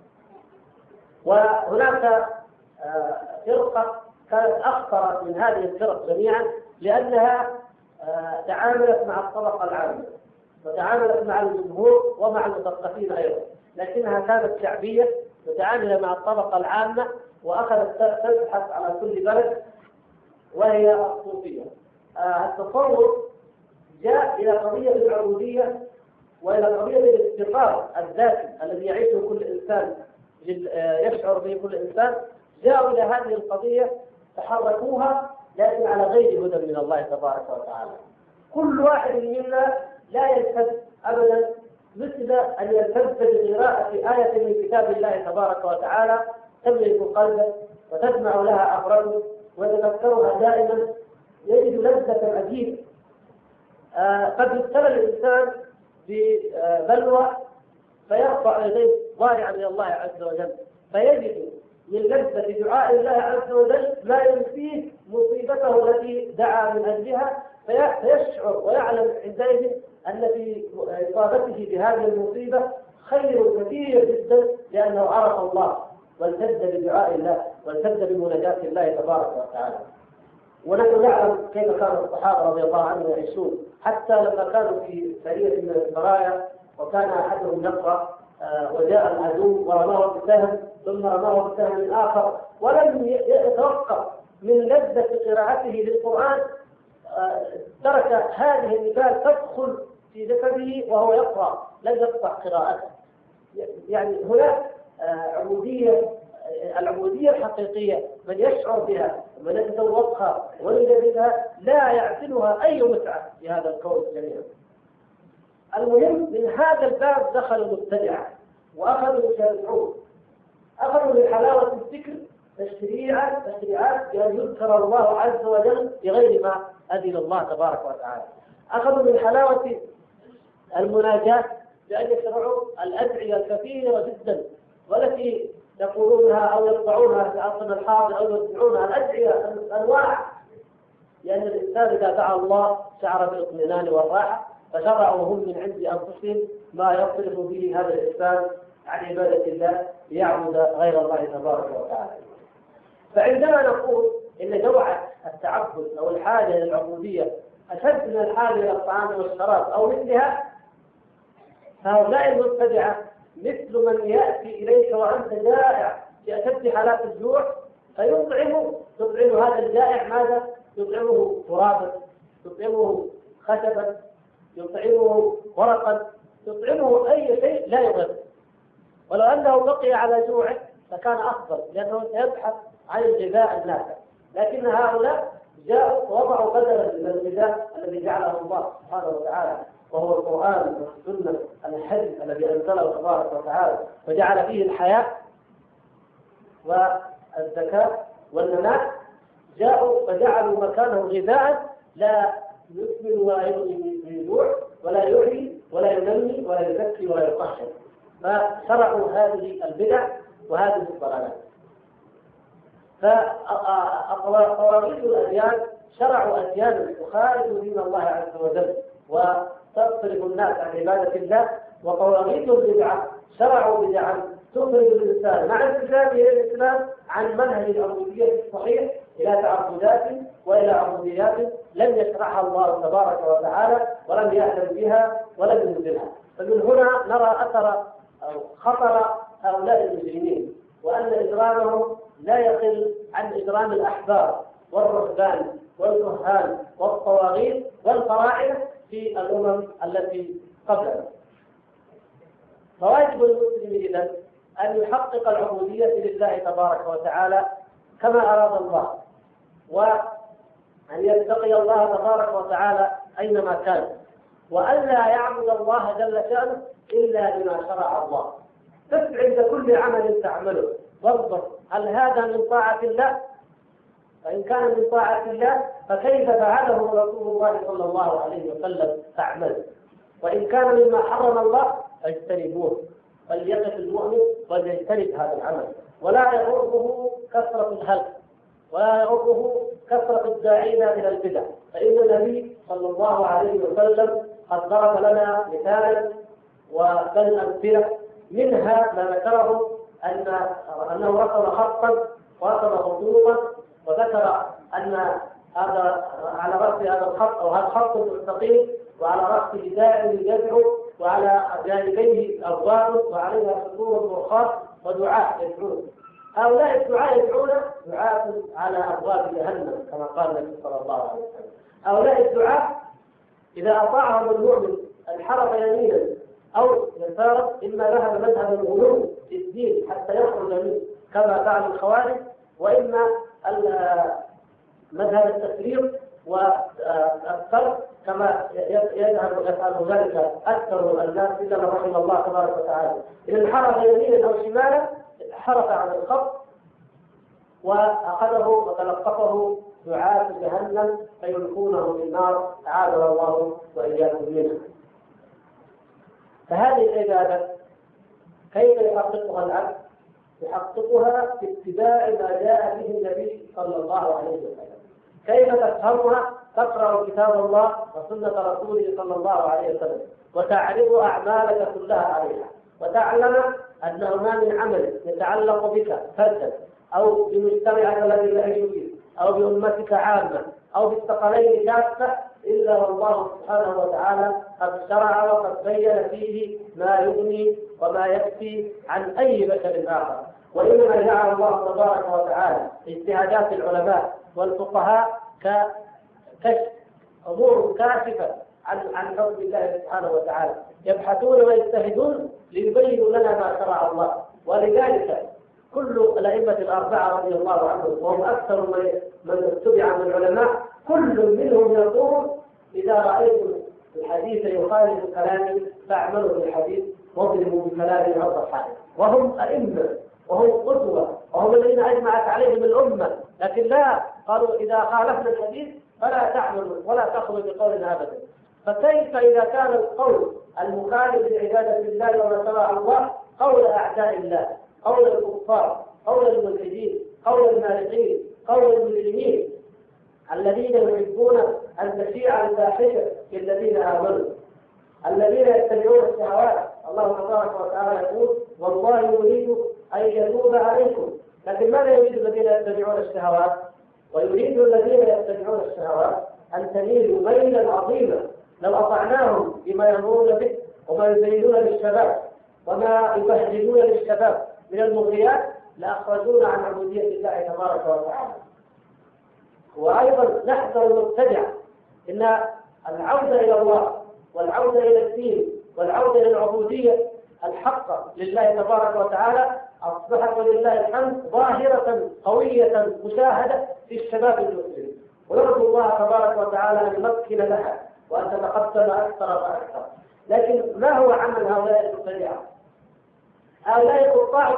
وهناك فرقة كانت أخطر من هذه الفرق جميعا، لأنها تعاملت مع الطبقة العامة وتعاملت مع الجمهور ومع المثقفين أيضا، لكنها كانت شعبية متعاملة مع الطبقة العامة، وأخذت تبحث على كل بلد، وهي الصوفية. التصور جاء إلى قضية العبودية وإلى قضية الاستقرار الذاتي الذي يعيشه كل إنسان، يشعر به كل إنسان. جاءوا إلى هذه القضية تحركوها، لكن على غير هدى من الله تبارك وتعالى. كل واحد منا لا يلتزم أبدا مثل أن يلتزم بقراءة آية من كتاب الله تبارك وتعالى تملك قلبه وتجمع لها أمره ويتذكرها دائما، يجد لذة عجيبة. قد يبتلى الإنسان ببلوى فيرفع يديه ضارعا إلى الله عز وجل، فيجد من لذة دعاء الله عز وجل ما ينفيه مصيبته التي دعا من أجلها، فيشعر ويعلم عندئذ أن في إصابته بهذه المصيبة خير كثير جدا، لأنه عرف الله والتز بدعاء الله والتز بمناجاة الله تبارك وتعالى. ونحن نعلم كيف كان الصحابة رضي الله عنهم يعيشون، حتى لما كانوا في سرية من السرايا وكان أحدهم يقرأ وجاء العدو ورماه بسهم ثم رماه بسهم آخر ولم يتوقف من لذة قراءته للقرآن، ترك هذه النبال تدخل في جسده وهو يقرأ، لم يقطع قراءته. يعني هناك العبودية الحقيقية من يشعر بها ومن يتذوقها ويجدها لا يعتلها أي متعة في هذا الكون جميعا. المهم من هذا الباب دخل المبتدعة وأخذوا يشرعون، أخذوا من حلاوة الذكر تشريعات بأن يذكر الله عز وجل بغير ما أذن الله تبارك وتعالى. أخذوا من حلاوة المناجاة بأن يشرعوا الأدعية الكثيرة جدا والتي يقولونها أو يطبعونها في عصرنا الحاضر أو يطبعونها الأدعية أنواع، لأن الإنسان إذا دعا الله شعر بالاطمئنان والراحة، فشرعوا هم من عند أنفسهم ما يصرف به هذا الإنسان عن عبادة الله ليعبد غير الله تبارك وتعالى. فعندما نقول إن نوع التعبد أو الحاجة للعبودية أشد من الحاجة إلى الطعام والشراب أو مثلها، فهؤلاء المبتدعة مثل من يأتي إليك وأنت جائع في أشد حالات الجوع تطعم هذا الجائع ماذا؟ تطعمه ترابا، تطعمه خشبا، يطعمه ورقا، تطعمه أي شيء لا يضر، ولو أنه بقي على جوعه لكان أفضل لأنه يبحث عن الغذاء النافع. لكن هؤلاء جاءوا ووضعوا بدلا من الغذاء الذي جعله الله سبحانه وتعالى وهو القرآن والسنة الحديث الذي أنزله تبارك وتعالى وجعل فيه الحياة والزكاة والنماء، جاءوا فجعلوا مكانه غذاء لا يثمن ولا يغني من جوع ولا يحيي ولا ينمي ولا يزكي ولا يطهر، فشرعوا هذه البدع وهذه الضلالات. فطواغيت الأديان شرعوا أديانا تخالف دين الله عز وجل وتصرف الناس عن عبادة الله، وطواغيت البدعة شرعوا بدعا تخرج الإنسان مع الإسلام إلى الإسلام عن منهج العبودية الصحيح إلى تعبدات وإلى عبوديات لم يشرعها الله تبارك وتعالى ولم يأذن بها ولم ينزلها. فمن هنا نرى أثر أو خطر هؤلاء المجرمين، وأن إجرامهم لا يقل عن إجرام الأحبار والرهبان والكهان والطواغيت والفراعنة في الأمم التي قبلنا. فواجب المسلم إذن أن يحقق العبودية لله تبارك وتعالى كما أراد الله، وأن يتقي الله تبارك وتعالى أينما كان، وأن لا يعبد الله جل شأنه إلا بما شرع الله. بس عند كل عمل تعمله واضبط هل هذا من طاعة الله؟ فإن كان من طاعة الله فكيف فعله رسول الله صلى الله عليه وسلم فاعمل، وإن كان مما حرم الله فاجتنبوه. فليقف المؤمن وليجتنب هذا العمل، ولا يغره كثرة الهلك ولا يغره كثرة الداعين إلى البدع، فإن النبي صلى الله عليه وسلم قد ضرب لنا مثالا وبل أمثلة، منها ما ذكره أنه رسم خطا ورسم خطوطا وذكر أن هذا على رأس هذا الخط أو هذا الخط مستقيم وعلى رأسه داعي يدعو وعلى جانبيه أبواب وعليها سطور ورخاص ودعاء يدعون. هؤلاء الدعاء يدعون دعاة على أبواب جهنم كما قال النبي صلى الله عليه وسلم. هؤلاء الدعاة إذا أطاعهم المؤمن انحرف يمينا أو يسارا، إما ذهب مذهب الغلو في الدين حتى يخرج منه كما فعل الخوارج، وإما مذهب التفريط والترك كما يفعل ذلك أكثر الناس إلا من رحم الله تبارك وتعالى. إذا انحرف يمينا أو شمالا انحرف عن الخط وأخذه وتلقفه دعاة جهنم فيلقونه في النار، أعاذنا الله وإياكم منها. فهذه العبادة كيف يحققها العبد؟ يحققها باتباع ما جاء به النبي صلى الله عليه وسلم. كيف تفهمها؟ تقرأ كتاب الله وسنة رسوله صلى الله عليه وسلم وتعرض أعمالك كلها عليها، وتعلم أنه ما من عمل يتعلق بك فردا أو بمجتمعك الذي تعيش فيه أو بأمتك عامة أو بالثقلين كافة إلا والله سبحانه وتعالى قد شرع وقد بين فيه ما يغني وما يكفي عن أي بشر آخر. وإنما جعل الله تبارك وتعالى اجتهادات العلماء والفقهاء ككشف أمور كاشفة عن حكم الله سبحانه وتعالى، يبحثون ويجتهدون ليبينوا لنا ما شرع الله. ولذلك كل الأئمة الأربعة رضي الله عنهم وهم أكثر من اتبع من العلماء كل منهم يقول إذا رأيتم الحديث يخالف كلامي فاعملوا بالحديث واضربوا بكلامي عرض الحائط. وهم أئمة وهم قدوة وهم الذين أجمعت عليهم الأمة، لكن لا قالوا إذا خالفنا الحديث فلا تعملوا ولا تأخذوا بقولنا أبدا. فكيف إذا كان القول المخالف لعبادة الله وما شرع الله قول أعداء الله، قول الكفار، قول الملحدين، قول المارقين، قول المجرمين الذين يحبون أن تشيع الفاحشة في الذين آمنوا، الذين يتبعون الشهوات. الله تبارك وتعالى يقول: والله يريد أن يتوب عليكم. لكن ماذا يريد الذين يتبعون الشهوات؟ ويريد الذين يتبعون الشهوات أن تميلوا ميلا عظيما لو أطعناهم بما يأمرون به وما يزينون للشباب وما يبهجون للشباب من المغريات لأخرجونا عن عبودية الله تبارك وتعالى. وأيضا نحذر المبتدع إن العودة إلى الله والعودة إلى الدين والعودة إلى العبودية الحقة لله تبارك وتعالى أصبحت ولله الحمد ظاهرة قوية مشاهدة في الشباب المسلم، ونرجو الله تبارك وتعالى أن يمكن لها وأن تتقدم أكثر وأكثر. لكن ما هو عمل هؤلاء المبتدعة؟ هؤلاء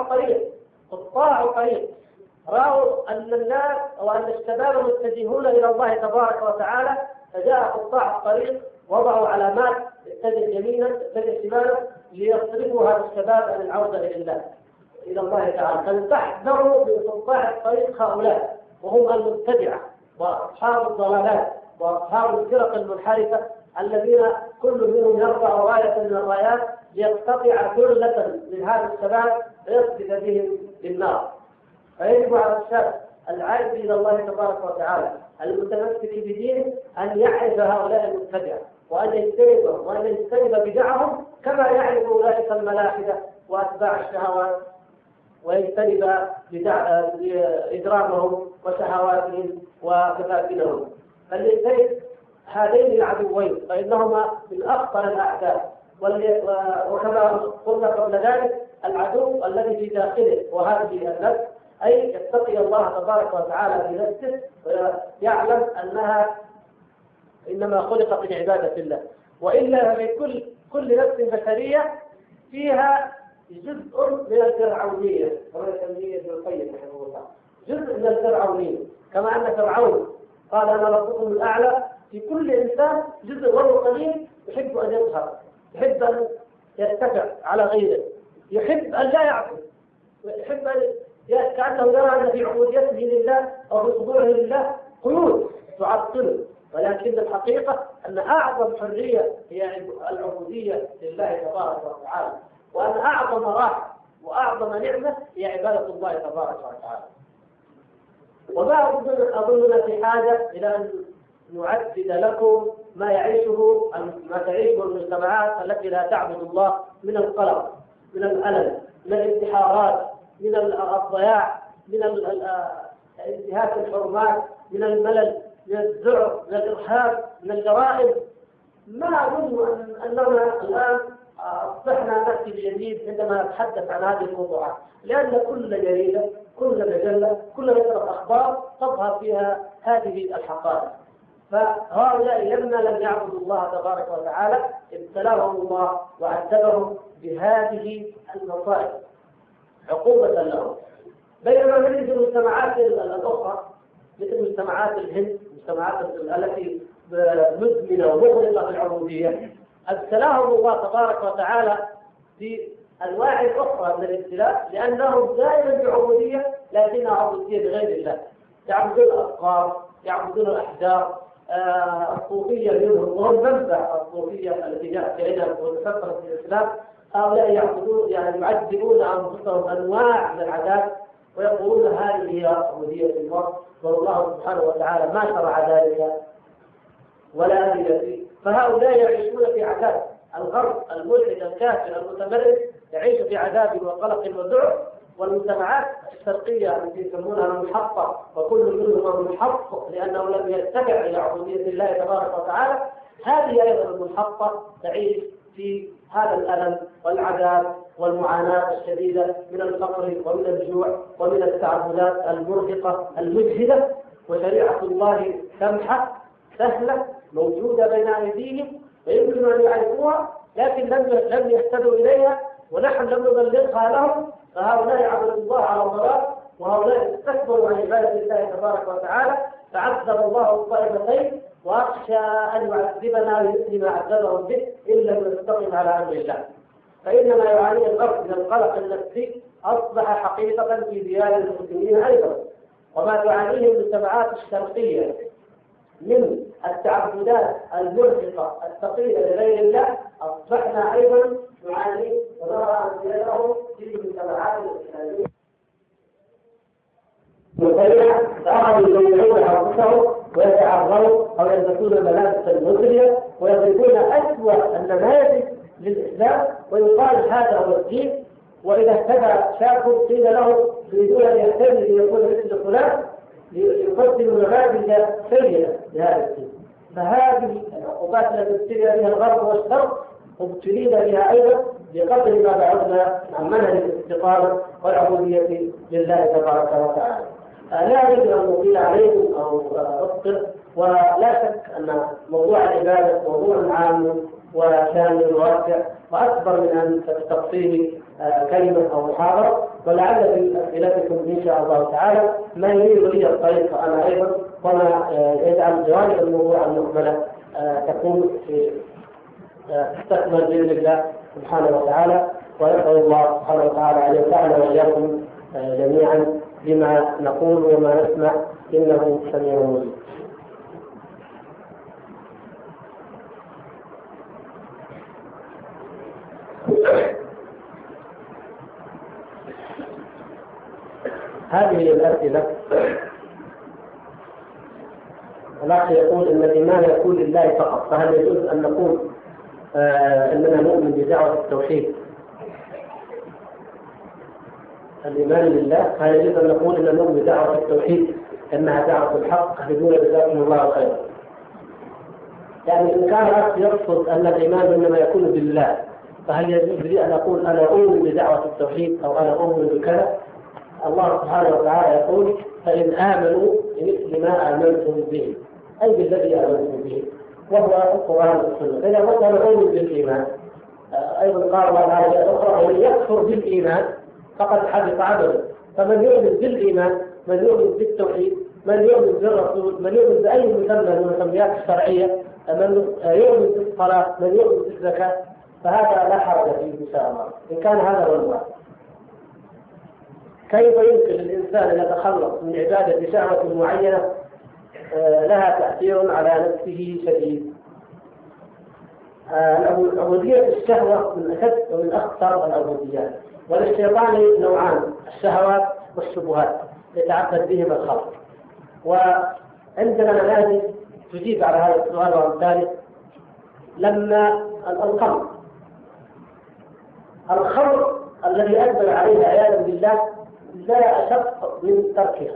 قطاع الطريق رأوا أن الناس أو أن الشباب متجهون إلى الله تبارك وتعالى، فجاء قطاع الطريق وضعوا علامات: اتجه يمينا اتجه شمالا، ليصرفوا هذا الشباب عن العودة إلى الله تعالى. فلتحذروا من قطاع الطريق هؤلاء، وهم المبتدعة وأصحاب الضلالات وأصحاب الفرق المنحرفة الذين كل منهم يرفع راية من الرايات ليقتطع ثلة من هذا الشباب فيقذف بهم للنار. فيجب على الشاب العائد إلى الله تبارك وتعالى المتمسك بدينه أن يعرف هؤلاء المبتدعة وأن يجتنب بدعهم كما يعرف أولئك الملاحدة وأتباع الشهوات ويجتنب إجرامهم وشهواتهم ومفاسدهم. فليجتنب هذين العدوين فإنهما من أخطر الأعداء. وكما قلنا قبل ذلك العدو الذي في داخله وهذه النفس، أي يتقي الله تبارك وتعالى في نفسه ويعلم أنها إنما خلقت لعبادة الله، وإلا في كل نفس بشرية فيها جزء من الفرعونية كما يسميه ابن القيم رحمه الله، جزء من الفرعونية. كما أن فرعون قال: أنا ربكم الأعلى، في كل إنسان جزء ولو قليل يحب أن يظهر، يحب أن يرتفع على غيره، يحب أن لا يعبد، ويحب أن كأنه يرى أن في عبوديته لله أو في خضوعه لله قيود تعطله. ولكن الحقيقة أن أعظم حرية هي العبودية لله تبارك وتعالى، وأن أعظم راحة وأعظم نعمة هي عبادة الله تبارك وتعالى. وما أظننا في حاجة إلى أن نعدد لكم ما تعيشه المجتمعات التي لا تعبد الله من القلق، من الألم، من الانتحارات، من الضياع، من انتهاك الحرمات، من الملل، من الذعر، من الإرهاب، من الجرائم. ما أظن أننا الآن أصبحنا نأتي بجديد عندما نتحدث عن هذه الموضوعات، لأن كل جريدة، كل مجلة، كل نشرة أخبار تظهر فيها هذه الحقائق. فهؤلاء لما لم يعبدوا الله تبارك وتعالى ابتلاهم الله وعذبهم بهذه المصائب عقوبة لهم. بينما نجد المجتمعات الأخرى مثل مجتمعات الهند، المجتمعات التي مدمنة ومغرقة بالعبودية، ابتلاهم الله تبارك وتعالى بأنواع أخرى من الابتلاء، لأنهم دائما بعبودية لكنها عبودية بغير الله. يعبدون الأصنام، يعبدون الأحجار. الصوفية منهم، وهم منبع الصوفية التي جاءت إلينا وتكثرت في الإسلام. هؤلاء يعبدون يعذبون أنفسهم أنواع من العذاب ويقولون هذه هي عبودية الله، والله سبحانه وتعالى ما شرع ذلك ولا أذن فيه. فهؤلاء يعيشون في عذاب. الغرب الملحد الكافر المتمرد يعيش في عذاب وقلق وذعر، والمجتمعات الشرقية التي يسمونها المحطة، وكل منهم منحط لأنه لم يتبع إلى عبودية الله تبارك وتعالى، هذه أيضا المنحطة تعيش في هذا الألم والعذاب والمعاناة الشديدة من الفقر ومن الجوع ومن التعبدات المرهقة المجهدة. وشريعة الله سمحة سهلة موجودة بين أيديهم ويمكن أن يعرفوها، لكن لم يهتدوا إليها ونحن لم نبلغها لهم. فهؤلاء عبدوا الله على ضلال، وهؤلاء استكبروا عن عبادة الله تبارك وتعالى، فعذب الله الطائفتين، وأخشى أن يعذبنا بمثل ما عذبهم به إن لم نستقم على أمر الله. فإنما يعاني الأرض من القلق النفسي أصبح حقيقة في ديار المسلمين أيضا، وما تعانيه المجتمعات الشرقية من التعبدات الملحقة الثقيلة لغير الله أصبحنا أيضا نعاني ونرى أمثلته في المجتمعات الإسلامية مبتدعة فأخذوا يضيعون أنفسهم ويتعرضوا أو يلبسون الملابس المزرية ويضربون أسوأ النماذج للإسلام ويقال هذا هو الدين. وإذا اهتدى شاب قيل له تريدون أن يهتدي ليكون مثل فلان يقدم نماذج سيئة لهذا الدين. فهذه العقوبات التي ابتلي بها الغرب والشرق ابتلينا بها أيضا بقدر ما بعدنا عن منهج الاستقامة والعبودية لله تبارك وتعالى. لا أريد أن أطيل عليكم أو أفطر، ولا شك أن موضوع العبادة موضوع عام وشامل وواسع وأكبر من أن تستقصيه كلمة أو محاضرة، ولعل في أسئلتكم إن شاء الله تعالى ما يريد لي الطريق أنا أيضا وما يجعل جوانب الموضوع المكملة تكون في تستكمل بإذن الله سبحانه وتعالى. ويسأل الله سبحانه وتعالى أن ينفعنا وإياكم جميعا بما نقول وما نسمع إنه سميع مجيب. هذه الأسئلة. الأخ يقول إن الإيمان يكون لله فقط، فهل يجوز أن نقول أننا نؤمن بدعوة التوحيد؟ الإيمان لله فهل يجوز أن نقول أننا نؤمن بدعوة التوحيد أنها دعوة الحق أهدون جزاكم الله خيرا؟ يعني إن كان الأخ يقصد أن الإيمان إنما يكون بالله، فهل يجوز لي أن أقول أنا أؤمن بدعوة التوحيد أو أنا أؤمن بكذا؟ الله سبحانه وتعالى يقول فإن آمنوا بمثل ما آمنتم به، أي بالذي آمنتم به وهو القرآن والسنة. إذا قلت أنا أؤمن بالإيمان، أيضا قال الله تعالى أخرى ومن يكفر بالإيمان فقد حبط عمله. فمن يؤمن بالإيمان، من يؤمن بالتوحيد، من يؤمن بالرسول، من يؤمن بأي مسمى من المسميات الشرعية، من يؤمن بالصلاة، من يؤمن بالزكاة، فهذا لا حرج فيه إن شاء الله إن كان هذا هو المراد. كيف يمكن للإنسان أن يتخلص من عبادة شهوة معينة لها تأثير على نفسه شديد؟ عبودية الشهوة من أشد ومن أخطر العبوديات، وللشيطان نوعان: الشهوات والشبهات يتعبد بهما الخلق. وعندنا نماذج تجيب على هذا السؤال وأمثاله. لما الخمر الذي أقبل عليه عياذا بالله لا أشق من تركها.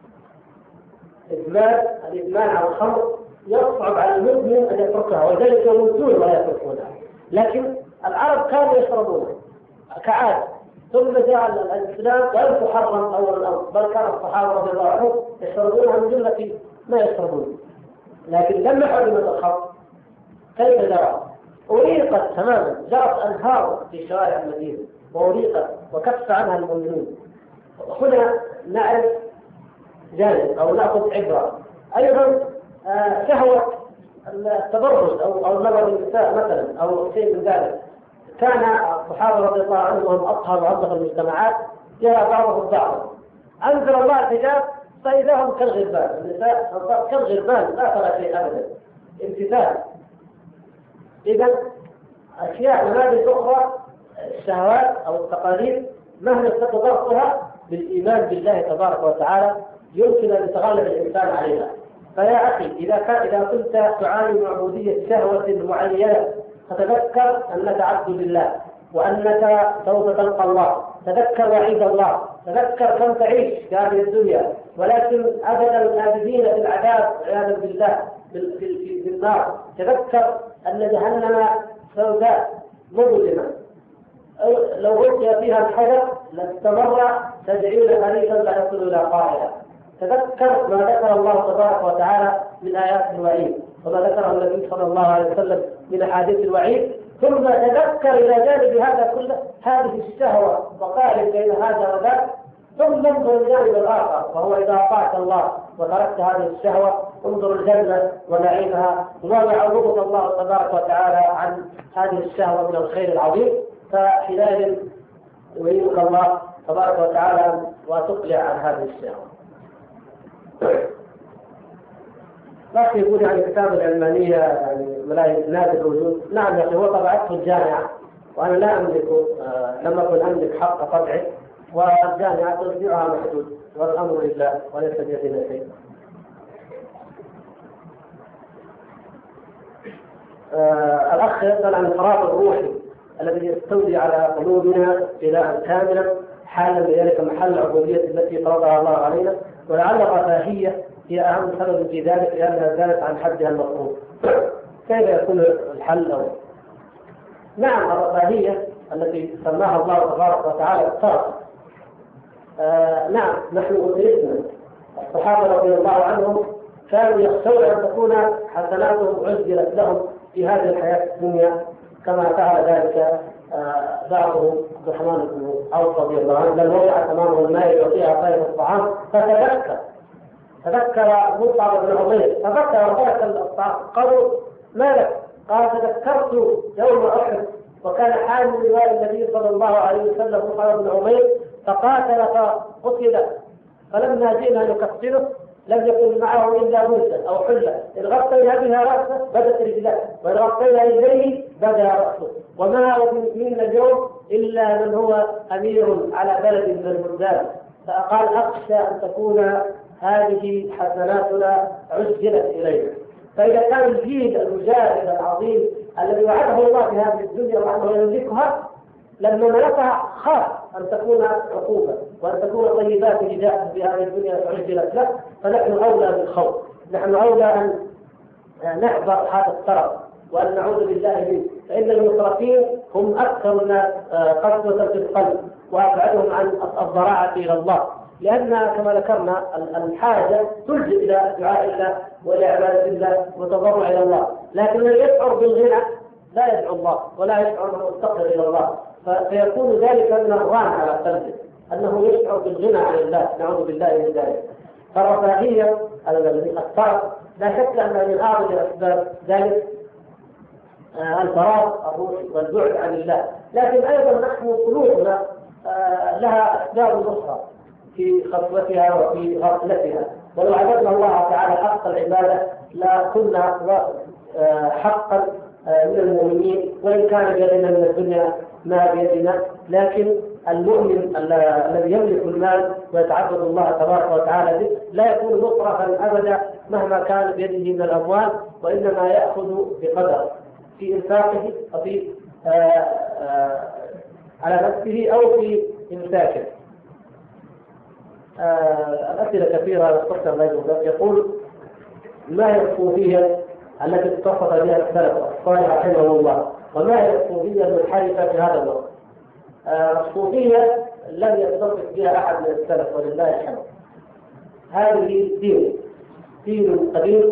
الإدمان على الخمر يصعب على المدمن أن يتركها، وذلك يموتون ولا يتركونها. لكن العرب كانوا يشربونها كعادة، ثم جاء الإسلام ولم تحرم أول الأمر، بل كان الصحابة رضي الله عنهم يشربونها من جملة ما يشربون. لكن لما حرمت الخمر كيف جرى؟ أريقت تماما، جرت أنهار في شوارع المدينة وأريقت وكف عنها المؤمنون. هنا نعرف جانب أو نأخذ عبرة أيضا. شهوة التبرج أو نظر النساء مثلا أو شيء من ذلك، كان الصحابة رضي الله عنهم أطهر وأنظف المجتمعات، جاء بعضهم بعضا، أنزل الله الحجاب فإذا هم كالغربان، النساء كالغربان لا ترى شيء أبدا، امتثال. إذا أشياء نماذج أخرى الشهوات أو التقاليد مهما ستضربها بالإيمان بالله تبارك وتعالى يمكن أن يتغلب الإنسان عليها. فيا أخي إذا كنت تعاني من عبودية شهوة معينة فتذكر أنك عبد لله وأنك سوف تلقى الله، تذكر وعيد الله، تذكر كم تعيش في هذه الدنيا، ولكن أبدا الآبدين في العذاب عياذا بالله في النار. تذكر أن جهنم سوداء مظلمة لو غطي فيها الحجر لاستمر 70 خريفا لا يصل إلى قاعدة. تذكر ما ذكر الله تبارك وتعالى من آيات الوعيد وما ذكره النبي صلى الله عليه وسلم من أحاديث الوعيد، ثم تذكر إلى جانب هذا كله هذه الشهوة وقارن بين هذا وذاك، ثم انظر الجانب الآخر وهو إذا أطعت الله وتركت هذه الشهوة انظر الجنة ونعيمها وما يعوضك الله تبارك وتعالى عن هذه الشهوة من الخير العظيم. فحينئذ يريدك الله تبارك وتعالى وتقلع عن هذه الشهوة. لكن يقول يعني كتاب العلمانية يعني نادر الوجود. نعم يا أخي، هو طبعته الجامعة وأنا لا أملك، لم أكن أملك حق طبعه، والجامعة ترجعها محدود، والأمر لله وليس بيدنا شيء. الأخ يسأل عن الفراغ الروحي الذي يستولي على قلوبنا إلها كاملا حالا بذلك محل العبودية التي فرضها الله علينا، ولعل الرفاهية هي أهم سبب في ذلك لأنها زالت عن حدها المطلوب. كيف يكون الحل؟ أو نعم، الرفاهية التي سماها الله تبارك وتعالى الطاقة. نعم، نحن أدركنا الصحابة رضي الله عنهم كانوا يخشون أن تكون حسناتهم عجلت لهم في هذه الحياة الدنيا، كما فعل ذلك بعضهم عبد الرحمن بن عوف رضي الله عنه لما وضع أمامه الماء يعطيها طيب الطعام تذكر مصعب بن عمير، تذكر بركة الطعام. قالوا ما لك؟ قال تذكرت يوم أحد وكان حامل لواء النبي صلى الله عليه وسلم مصعب بن عمير فقاتل فقتل، فلما جئنا نكفره لم يكن معه إلا موسى أو حلة، إن غطينا بها رأسه بدت رجلاه، وإن غطينا رجليه بدا رأسه، وما هو منا اليوم إلا من هو أمير على بلد من البلدان. فقال أخشى أن تكون هذه حسناتنا عجلت إلينا. فإذا كان الجيل المجاهد العظيم الذي وعده الله في هذه الدنيا وأنه يملكها لما ملكها خاف أن تكون عقوبة وأن تكون طيبات جاءت في هذه الدنيا عجلت له، فنحن أولى بالخوف، نحن أولى أن نحذر هذا الطرف وأن نعوذ بالله منه، فإن المترفين هم أكثر الناس قسوة في القلب وأبعدهم عن الضراعة إلى الله، لأن كما ذكرنا الحاجة تلجئ إلى دعاء الله وإلى عبادة الله وتضرع إلى الله، لكن من يشعر بالغنى لا يدعو الله ولا يشعر أنه مفتقر إلى الله، فيكون ذلك من الران على قلبه أنه يشعر بالغنى عن الله، نعوذ بالله من ذلك. فالرفاهية الطرف لا شك أن من أعظم أسباب ذلك الفراغ الروحي والبعد عن الله، لكن أيضا نحن قلوبنا لها أسباب أخرى في خطوتها وفي غفلتها، ولو عبدنا الله تعالى حق العبادة لا كنا حقا من المؤمنين، وإن كان بيدنا من الدنيا ما بيدنا، لكن المؤمن الذي يملك المال ويتعبد الله تبارك وتعالى به لا يكون مطرفا أبدا مهما كان بيده من الأموال، وإنما يأخذ بقدر في إنفاقه وفي على نفسه أو في إمساكه. الأسئلة كثيرة يقول ما هي الصوفية التي اتصف بها السلف الصالح رحمه الله، وما هي الصوفية المنحرفة في هذا الوقت؟ الصوفية لم يتصف بها أحد من السلف ولله الحمد. هذه دين قديم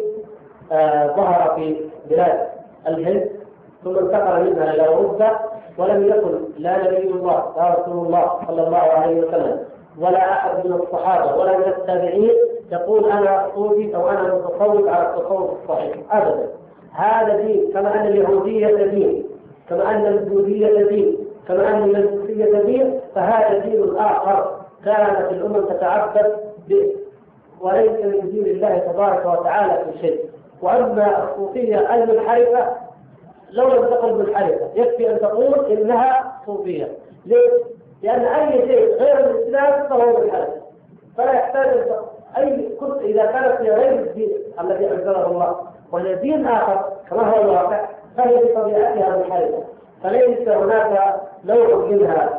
ظهر في بلاد الهند ثم انتقل منها إلى أوروبا، ولم يكن لا نبي الله لا رسول الله صلى الله عليه وسلم ولا أحد من الصحابة ولا من التابعين يقول أنا صوفي أو أنا متصوف على التصوف الصحيح أبدا. هذا دين، كما أن اليهودية دين، كما أن البوذية دين، كما أن المجوسية دين، فهذا دين آخر كانت الأمم تتعبد به وليس من دين الله تبارك وتعالى في شيء. وأما الصوفية المنحرفة لو لم تقل منحرفة يكفي أن تقول إنها صوفية. ليه؟ لأن أي شيء غير الإسلام فهو منحرف، فلا يحتاج أي كنت إذا كانت في غير الدين الذي أنزله الله وهي دين آخر كما هو الواقع فهي بطبيعتها منحرفة، فليس هناك نوع منها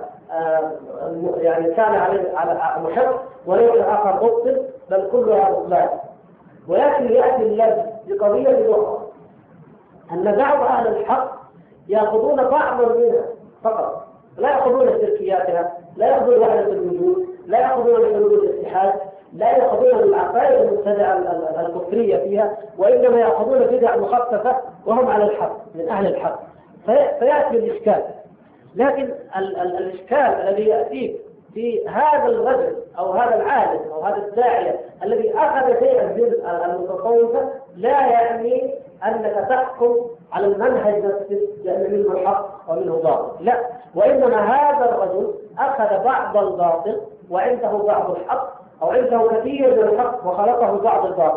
يعني كان على محق وليس آخر مبطل، بل كلها مطلق. ولكن يأتي اللفظ بقضية أخرى أن بعض أهل الحق يأخذون بعضا منها فقط، لا يأخذون شركياتها، لا يأخذون وحدة الوجود، لا يأخذون حلول الاتحاد، لا يأخذون العقائد المبتدعة الكفرية فيها، وإنما يأخذون بدع مخففة وهم على الحق من أهل الحق، فيأتي الإشكال. لكن الإشكال الذي يأتيك في هذا الرجل أو هذا العالم أو هذا الداعية الذي أخذ شيئا من المتصوفة لا يعني أنك تحكم على المنهج نفسه لأن منه الحق ومنه باطل، لا، وإنما هذا الرجل أخذ بعض الباطل وعنده بعض الحق، أو عنده كثير من الحق وخلقه بعض الباطل،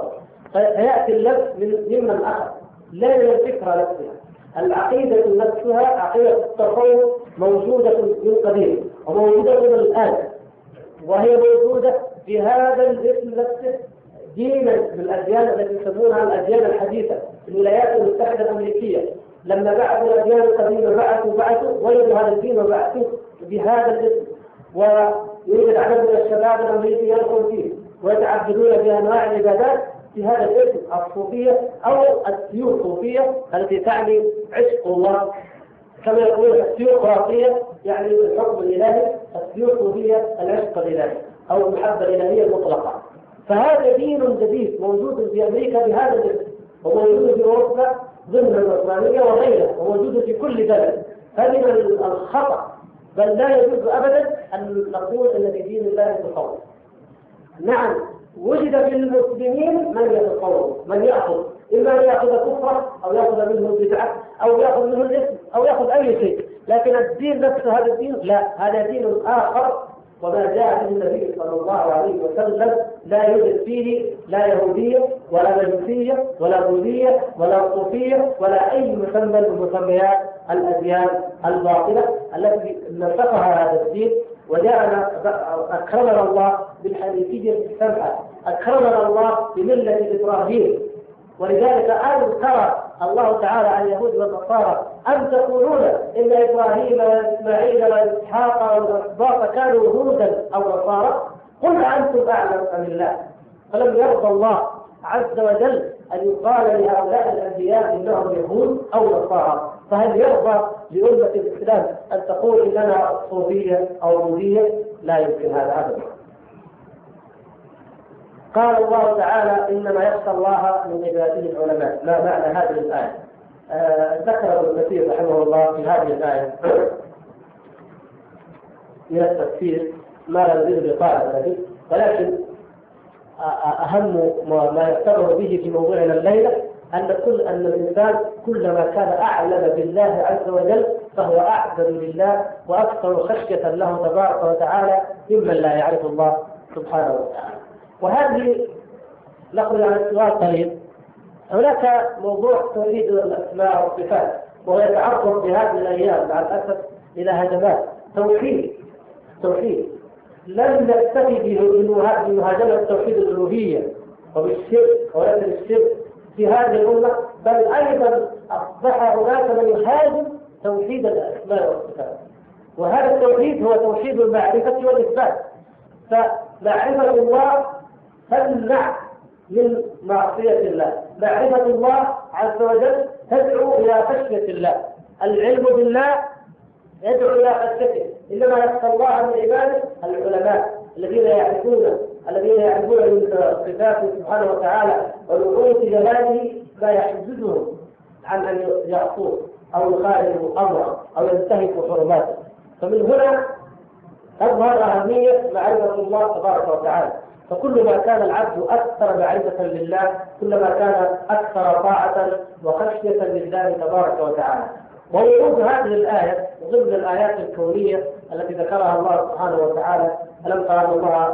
فيأتي اللبس ممن أخذ، لا من الفكرة نفسها. العقيدة نفسها عقيدة التصوف موجودة من قديم وموجودة من الآن، وهي موجودة في هذا الاسم نفسه دينا من الأديان التي يسمونها الأديان الحديثة في الولايات المتحدة الأمريكية. لما بعثوا الأديان القديمة بعثوا وجدوا هذا الدين وبعثوه بهذا الاسم، ويوجد عدد من الشباب الأمريكي يدخل فيه ويتعبدون بأنواع العبادات في هذا الاسم الصوفية أو الثيوصوفية التي تعني عشق الله، كما يقول الثيوقراطية يعني الحكم الإلهي، الثيوصوفية العشق الإلهي أو المحبة الإلهية المطلقة. فهذا دين جديد موجود في أمريكا بهذا الاسم، وموجود في أوروبا ضمن العثمانية وغيرها، وموجود في كل بلد. فمن الخطأ بل لا يجوز أبدا أن نقول أن في دين الله يتصور. نعم وجد في المسلمين من يتصور، من يأخذ، إما أن يأخذ كفرة أو يأخذ منه البدعة أو يأخذ منه الاسم أو يأخذ أي شيء، لكن الدين نفسه هذا الدين لا، هذا دين آخر. وما جاء به النبي صلى الله عليه وسلم لا يوجد فيه لا يهودية ولا مجوسية ولا بوذية ولا صوفية ولا أي مسمى من مسميات الأديان الباطلة التي نسخها هذا الدين. وجاءنا أكرمنا الله بالحنيفية السمحة، أكرمنا الله بملة إبراهيم. ولذلك أنكر الله تعالى عن اليهود والنصارى أم تقولون إن إبراهيم وإسماعيل وإسحاق والأسباط كانوا يهودا أو نصارى، قل أنتم أعلم أم الله. فلم يرضى الله عز وجل أن يقال لهؤلاء الأنبياء إنهم يهود أو نصارى، فهل يرضى لأمة الإسلام أن تقول إننا صوفية أو بوذية؟ لا يمكن هذا أبدا. قال الله تعالى إنما يخشى الله من عباده العلماء. ما معنى هذه الآية؟ ذكر ابن كثير رحمه الله في هذه الآية من التفسير ما لا نريد بقاء، ولكن أهم ما يفترض به في موضوعنا الليلة أن الإنسان كلما كان أعلم بالله عز وجل فهو أعبد لله وأكثر خشية له تبارك وتعالى ممن لا يعرف الله سبحانه وتعالى. وهذه نخرج عن السؤال قليل. هناك موضوع توحيد الأسماء والصفات، وهو يتعرض في هذه الأيام مع الأسف إلى هجمات توحيد لم نكتفي بمهاجمة توحيد الألوهية وبالشرك ولكن الشرك في هذه الأمة، بل أيضا أصبح هناك من يهاجم توحيد الأسماء والصفات. وهذا التوحيد هو توحيد المعرفة والإثبات. فمعرفة الله تمنع من معصية الله، معرفة الله عز وجل تدعو إلى خشية الله، العلم بالله يدعو إلى خشيته. إنما يخشى الله من عباده العلماء الذين يعرفون من صفاته سبحانه وتعالى ونعوت جلاله ما يحجزهم عن أن يعصوه أو يخالفوا أمره أو ينتهكوا حرماته. فمن هنا تظهر أهمية معرفة الله تبارك وتعالى. فكل ما كان العبد أكثر معرفة لله كلما كان أكثر طاعة وخشية لله تبارك وتعالى. وورود هذه الآية ضمن الآيات الكونية التي ذكرها الله سبحانه وتعالى. ألم ترى أن الله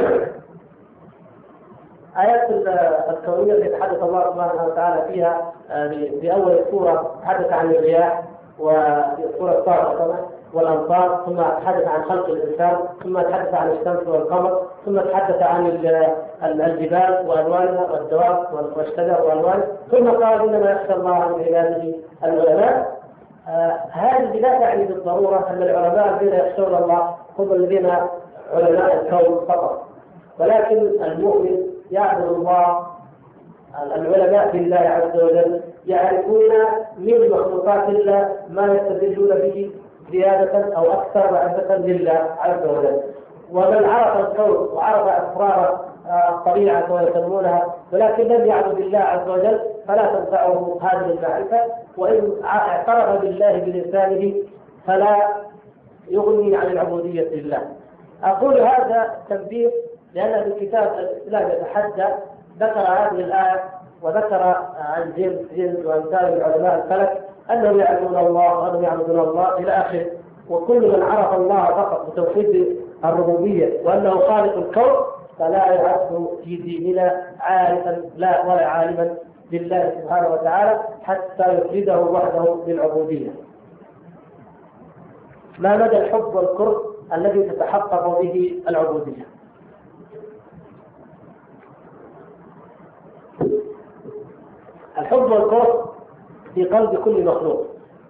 آيات الكونية التي تحدث الله سبحانه وتعالى فيها في أول السورة تحدث عن الرياح، وفي سورة الطارق والأمطار، ثم تحدث عن خلق الإنسان، ثم تحدث عن الشمس والقمر، ثم تحدث عن الجبال وألوانها والدواب والشجر وألوانها، ثم قال إنما يخشى الله من عباده العلماء. هذه لا تعني بالضرورة أن العلماء الذين يخشون الله هم الذين علماء الكون فقط، ولكن المؤمن يعبد الله. العلماء بالله عز وجل يعرفون من مخلوقات الله ما يستدلون به زيادة أو أكثر معرفة لله عز وجل. ومن عرف الكون وعرف أسرار الطبيعة كما يسمونها ولكن لم يعبد الله عز وجل فلا تنفعه هذه المعرفة، وإن اعترف بالله بلسانه فلا يغني عن العبودية لله. أقول هذا تنبيه لأن الكتاب الإسلام يتحدى ذكر هذه الآية وذكر عن جيمس وأمثال العلماء الفلك أنهم يعبدون الله وأنهم يعبدون الله إلى آخره. وكل من عرف الله فقط بتوحيد الربوبية وأنه خالق الكون فلا يعد في ديننا عارفا لا ولا عالما بالله سبحانه وتعالى حتى يفرده وحده بالعبودية. ما مدى الحب والكره الذي تتحقق به العبودية؟ الحب والكره في قلب كل مخلوق،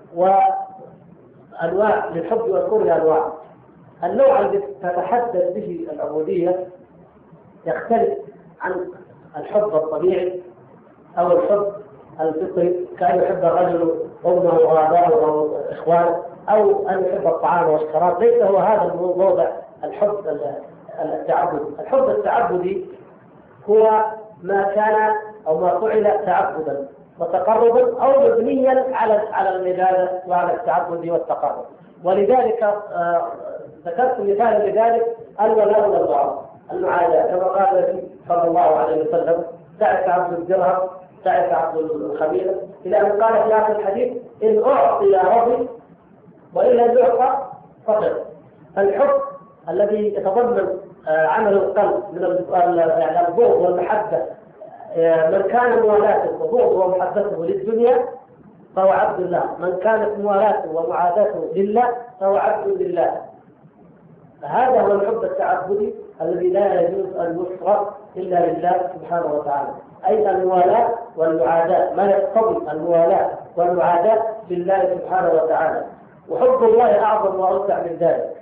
وأنواع للحب والكره أنواع. النوع الذي تتحدث به العبودية يختلف عن الحب الطبيعي أو الحب الفطري، كأن يحب الرجل أمه وآباءه أو إخوانه، أو أن يحب الطعام والشراب. ليس هو هذا الموضع الحب التعبدي. الحب التعبدي هو ما كان أو ما فعل تعبدا وتقربا أو مبنيا على العبادة وعلى التعبد والتقرب. ولذلك ذكرت مثالا لذلك الولاء والبراء، المعاداة، كما قال صلى الله عليه وسلم: تعس عبد الدرهم، تعس عبد الخميلة، إلى أن قال في آخر الحديث: إن أعطي رضي وإن لم يعطى فقر. الحب الذي يتضمن عمل القلب من البغض والمحبة، من كان موالاته وبغضه ومحبته للدنيا فهو عبد الله، من كانت موالاته ومعاداته لله فهو عبد لله. هذا هو الحب التعبدي الذي لا يجوز أن يصرف إلا لله سبحانه وتعالى، أي الموالاة والمعاداة، ما يقتضي الموالاة والمعاداة لله سبحانه وتعالى. وحب الله أعظم وأوسع من ذلك.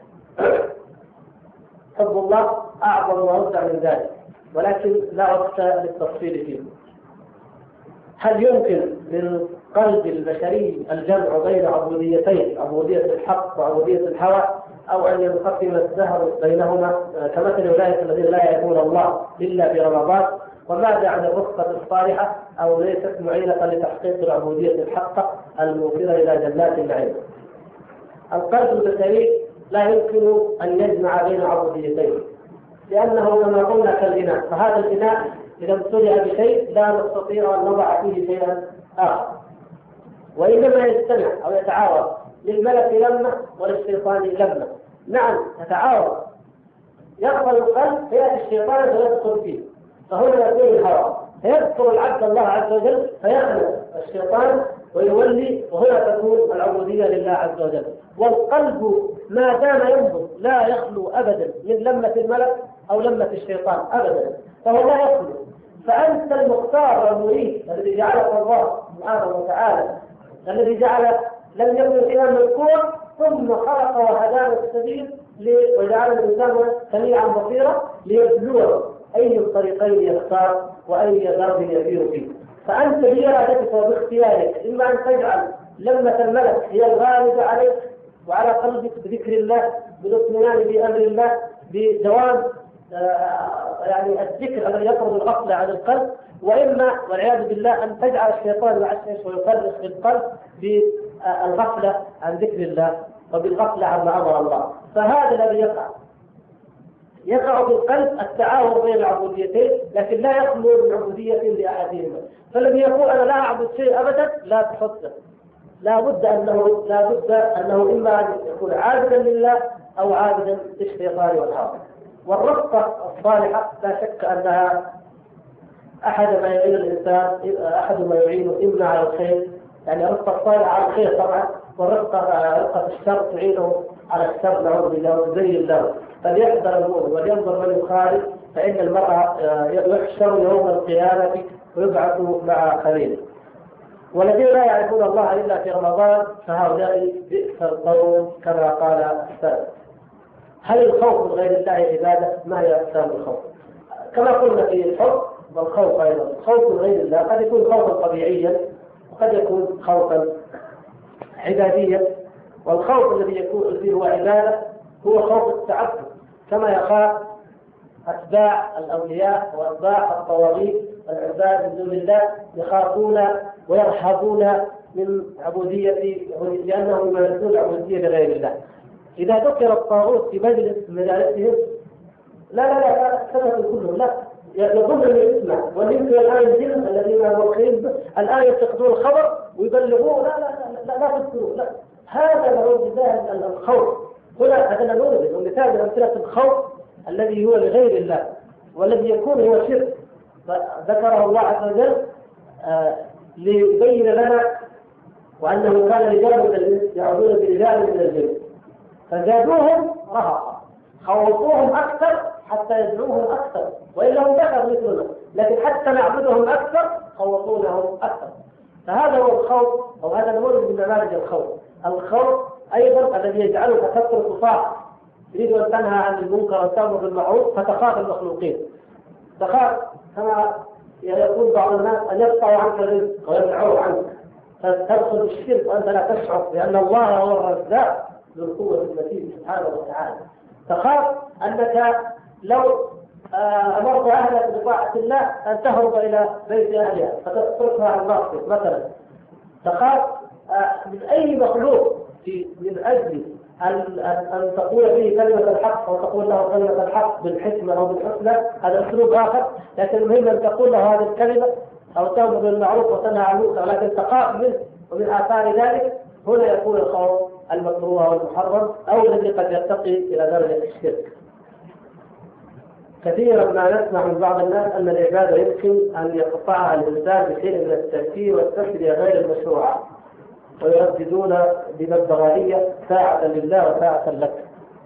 حب الله أعظم وأوسع من ذلك، ولكن لا وقت للتفصيل فيه. هل يمكن للقلب البشري الجمع بين عبوديتين، عبودية الحق وعبودية الهوى، أو أن ينقسم الدهر بينهما كمثل أولئك الذين لا يعرفون الله إلا في رمضان؟ وماذا عن الرفقة الصالحة أو ليست معينة لتحقيق العبودية الحقة الموصلة إلى جنات النعيم؟ القلب البشري لا يمكن أن يجمع بين عبوديتين، لأنه كما قلنا كالإناء، فهذا الإناء إذا امتلئ بشيء لا نستطيع أن نضع فيه شيئا آخر، وإنما يجتمع أو يتعاون. للملك لمة وللشيطان لمة، نعم يتعاون. يقبل القلب فيأتي الشيطان فيدخل فيه، فهنا يكون الهوى، فيذكر العبد الله عز وجل فيخلق الشيطان ويولي، وهنا تكون العبودية لله عز وجل. والقلب ما دام ينبض لا يخلو أبدا من لمة الملك أو لمة الشيطان أبدا، فهو لا يخلو. فأنت المختار والمريد الذي جعلك الله سبحانه وتعالى، الذي لم يكن الإنسان مذكورا ثم خلق وهدانا السبيل وجعل الإنسان سميعا بصيرا ليبلوه أي الطريقين يختار وأي درب يسير فيه. فأنت بإرادتك وباختيارك إما أن تجعل لمة الملك هي الغالبة عليك وعلى قلبك بذكر الله، بالاطمئنان بأمر الله، بدوام يعني الذكر الذي يطرد الغفلة عن القلب، وإما والعياذ بالله أن تجعل الشيطان يعشش ويفرق في القلب بالغفلة عن ذكر الله وبالغفلة عما أمر الله. فهذا الذي يقع في القلب التعاون بين العبوديتين، لكن لا يخلو من عبودية لأحدهما. فالذي يقول أنا لا أعبد شيء أبدا لا تصدق، لا بد أنه إما أن يكون عابدا لله أو عابدا للشيطان والهوى. والرفقة الصالحة لا شك أنها أحد ما يعين الإنسان، أحد ما يعينه إما على الخير، يعني الرفقة الصالحة على الخير طبعا، ورفقة الشر تعينه على الشر نعوذ بالله وزين له. فليحذر المؤمن ولينظر من يخالف، فإن المرء يحشر يوم القيامة ويبعث مع خليله. والذين لا يعرفون الله إلا في رمضان فهؤلاء بئس القوم كما قال السلف. هل الخوف من غير الله عبادة؟ ما هي أقسام الخوف؟ كما قلنا في الحب والخوف أيضا، خوف من غير الله قد يكون خوفا طبيعيا وقد يكون خوفا عباديا. والخوف الذي هو عبادة هو خوف التعبد، كما يخاف أتباع الأولياء وأتباع الطواغيت العباد من دون الله، يخافون ويرهبون من عبودية لأنهم يمارسون العبودية لغير الله. إذا ذكر الطاغوت في مجالسهم لا سبب كلهم لا يظن أن يسمع، ويمكن الآن الجن الذين موكلين الآن ينتقدون الخبر ويبلغوه لا تذكروا، لا هذا نعوذ بالله الخوف. هنا هذا نموذج ومثال من أمثلة الخوف الذي هو لغير الله. والذي يكون هو شرك ذكره الله عز وجل ليبين لنا وأنه كان رجال من الإنس يعودون برجال من الجن فزادوهم رهقا خوفوهم أكثر حتى يدعوهم أكثر، وإلا هم بشر مثلنا، لكن حتى نعبدهم أكثر خوفونهم أكثر. فهذا هو الخوف، أو هذا نموذج من نماذج الخوف. الخوف أيضا الذي يجعلك تترك طاعة، تريد أن تنهى عن المنكر وتأمر بالمعروف فتخاف المخلوقين، تخاف كما يقول بعض الناس أن يقطعوا عنك الرزق ويمنعوه عنك فتدخل الشرك وأنت لا تشعر بأن الله هو الرزاق ذو القوة المتين سبحانه وتعالى. تخاف أنك لو أمرت أهلك بطاعة الله أن تهرب إلى بيت أهلها فتتركها عن نفسك مثلا. تخاف من أي مخلوق من أجل أن تقول فيه كلمة الحق أو تقول له كلمة الحق بالحكمة أو بالحسنى، هذا أسلوب آخر، لكن المهم أن تقول له هذه الكلمة أو تأمر بالمعروف وتنهى عن المنكر لكن تخاف منه. ومن آثار ذلك هنا يكون الخوف المكروه والمحرم أو الذي قد يرتقي إلى درجة الشرك. كثيرا ما نسمع من بعض الناس أن العبادة يمكن أن يقطعها الإنسان بشيء من التفكير والتسلية غير المشروعة، ويرددون بمبدغية ساعة لله وساعة لك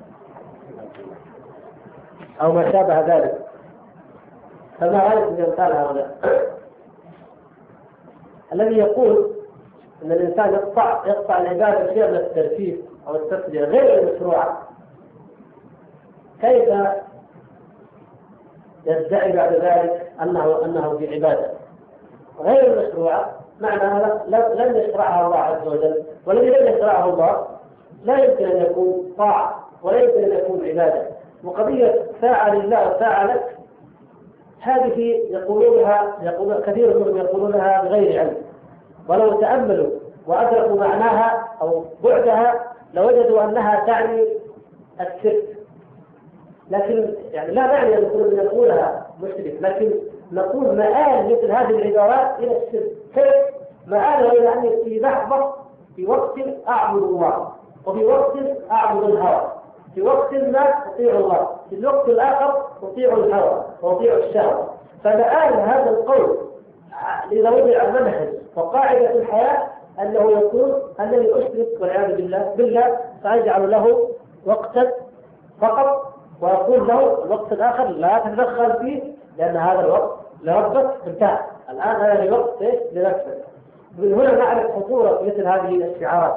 أو ما شابه ذلك. فما رأيك بأمثال هؤلاء الذي يقول أن الإنسان يقطع العبادة بشيء من الترفيه أو التسلية غير المشروعة؟ كيف يدعي بعد ذلك أنه في عبادة غير المشروعة؟ معناها لن يشرعها الله عز وجل، والذي لم يشرعه الله لا يمكن أن يكون طاعة ولا يمكن أن يكون عبادة. وقضية ساعة لله وساعة لك هذه يقولون كثير منهم يقولونها بغير علم، ولو تأملوا وأدركوا معناها أو بعدها لوجدوا أنها تعني الشرك. لكن يعني لا معنى أن نقولها مشرك، لكن نقول مآل مثل هذه العبارات إلى الشرك. كيف؟ مآل إلى أن في لحظة في وقت أعبد الله، وفي وقت أعبد الهوى، في وقت ما أطيع الله، في الوقت الآخر أطيع الهوى وأطيع الشهوة. فمآل هذا القول إذا وضع منهج وقاعدة في الحياة أنه يقول أنني أشرك والعياذ بالله فأجعل له وقتا فقط وأقول له الوقت الآخر لا تتدخل فيه لأن هذا الوقت لربك انتهى، الآن هذا الوقت لنفسك. من هنا نعرف خطورة مثل هذه الشعارات.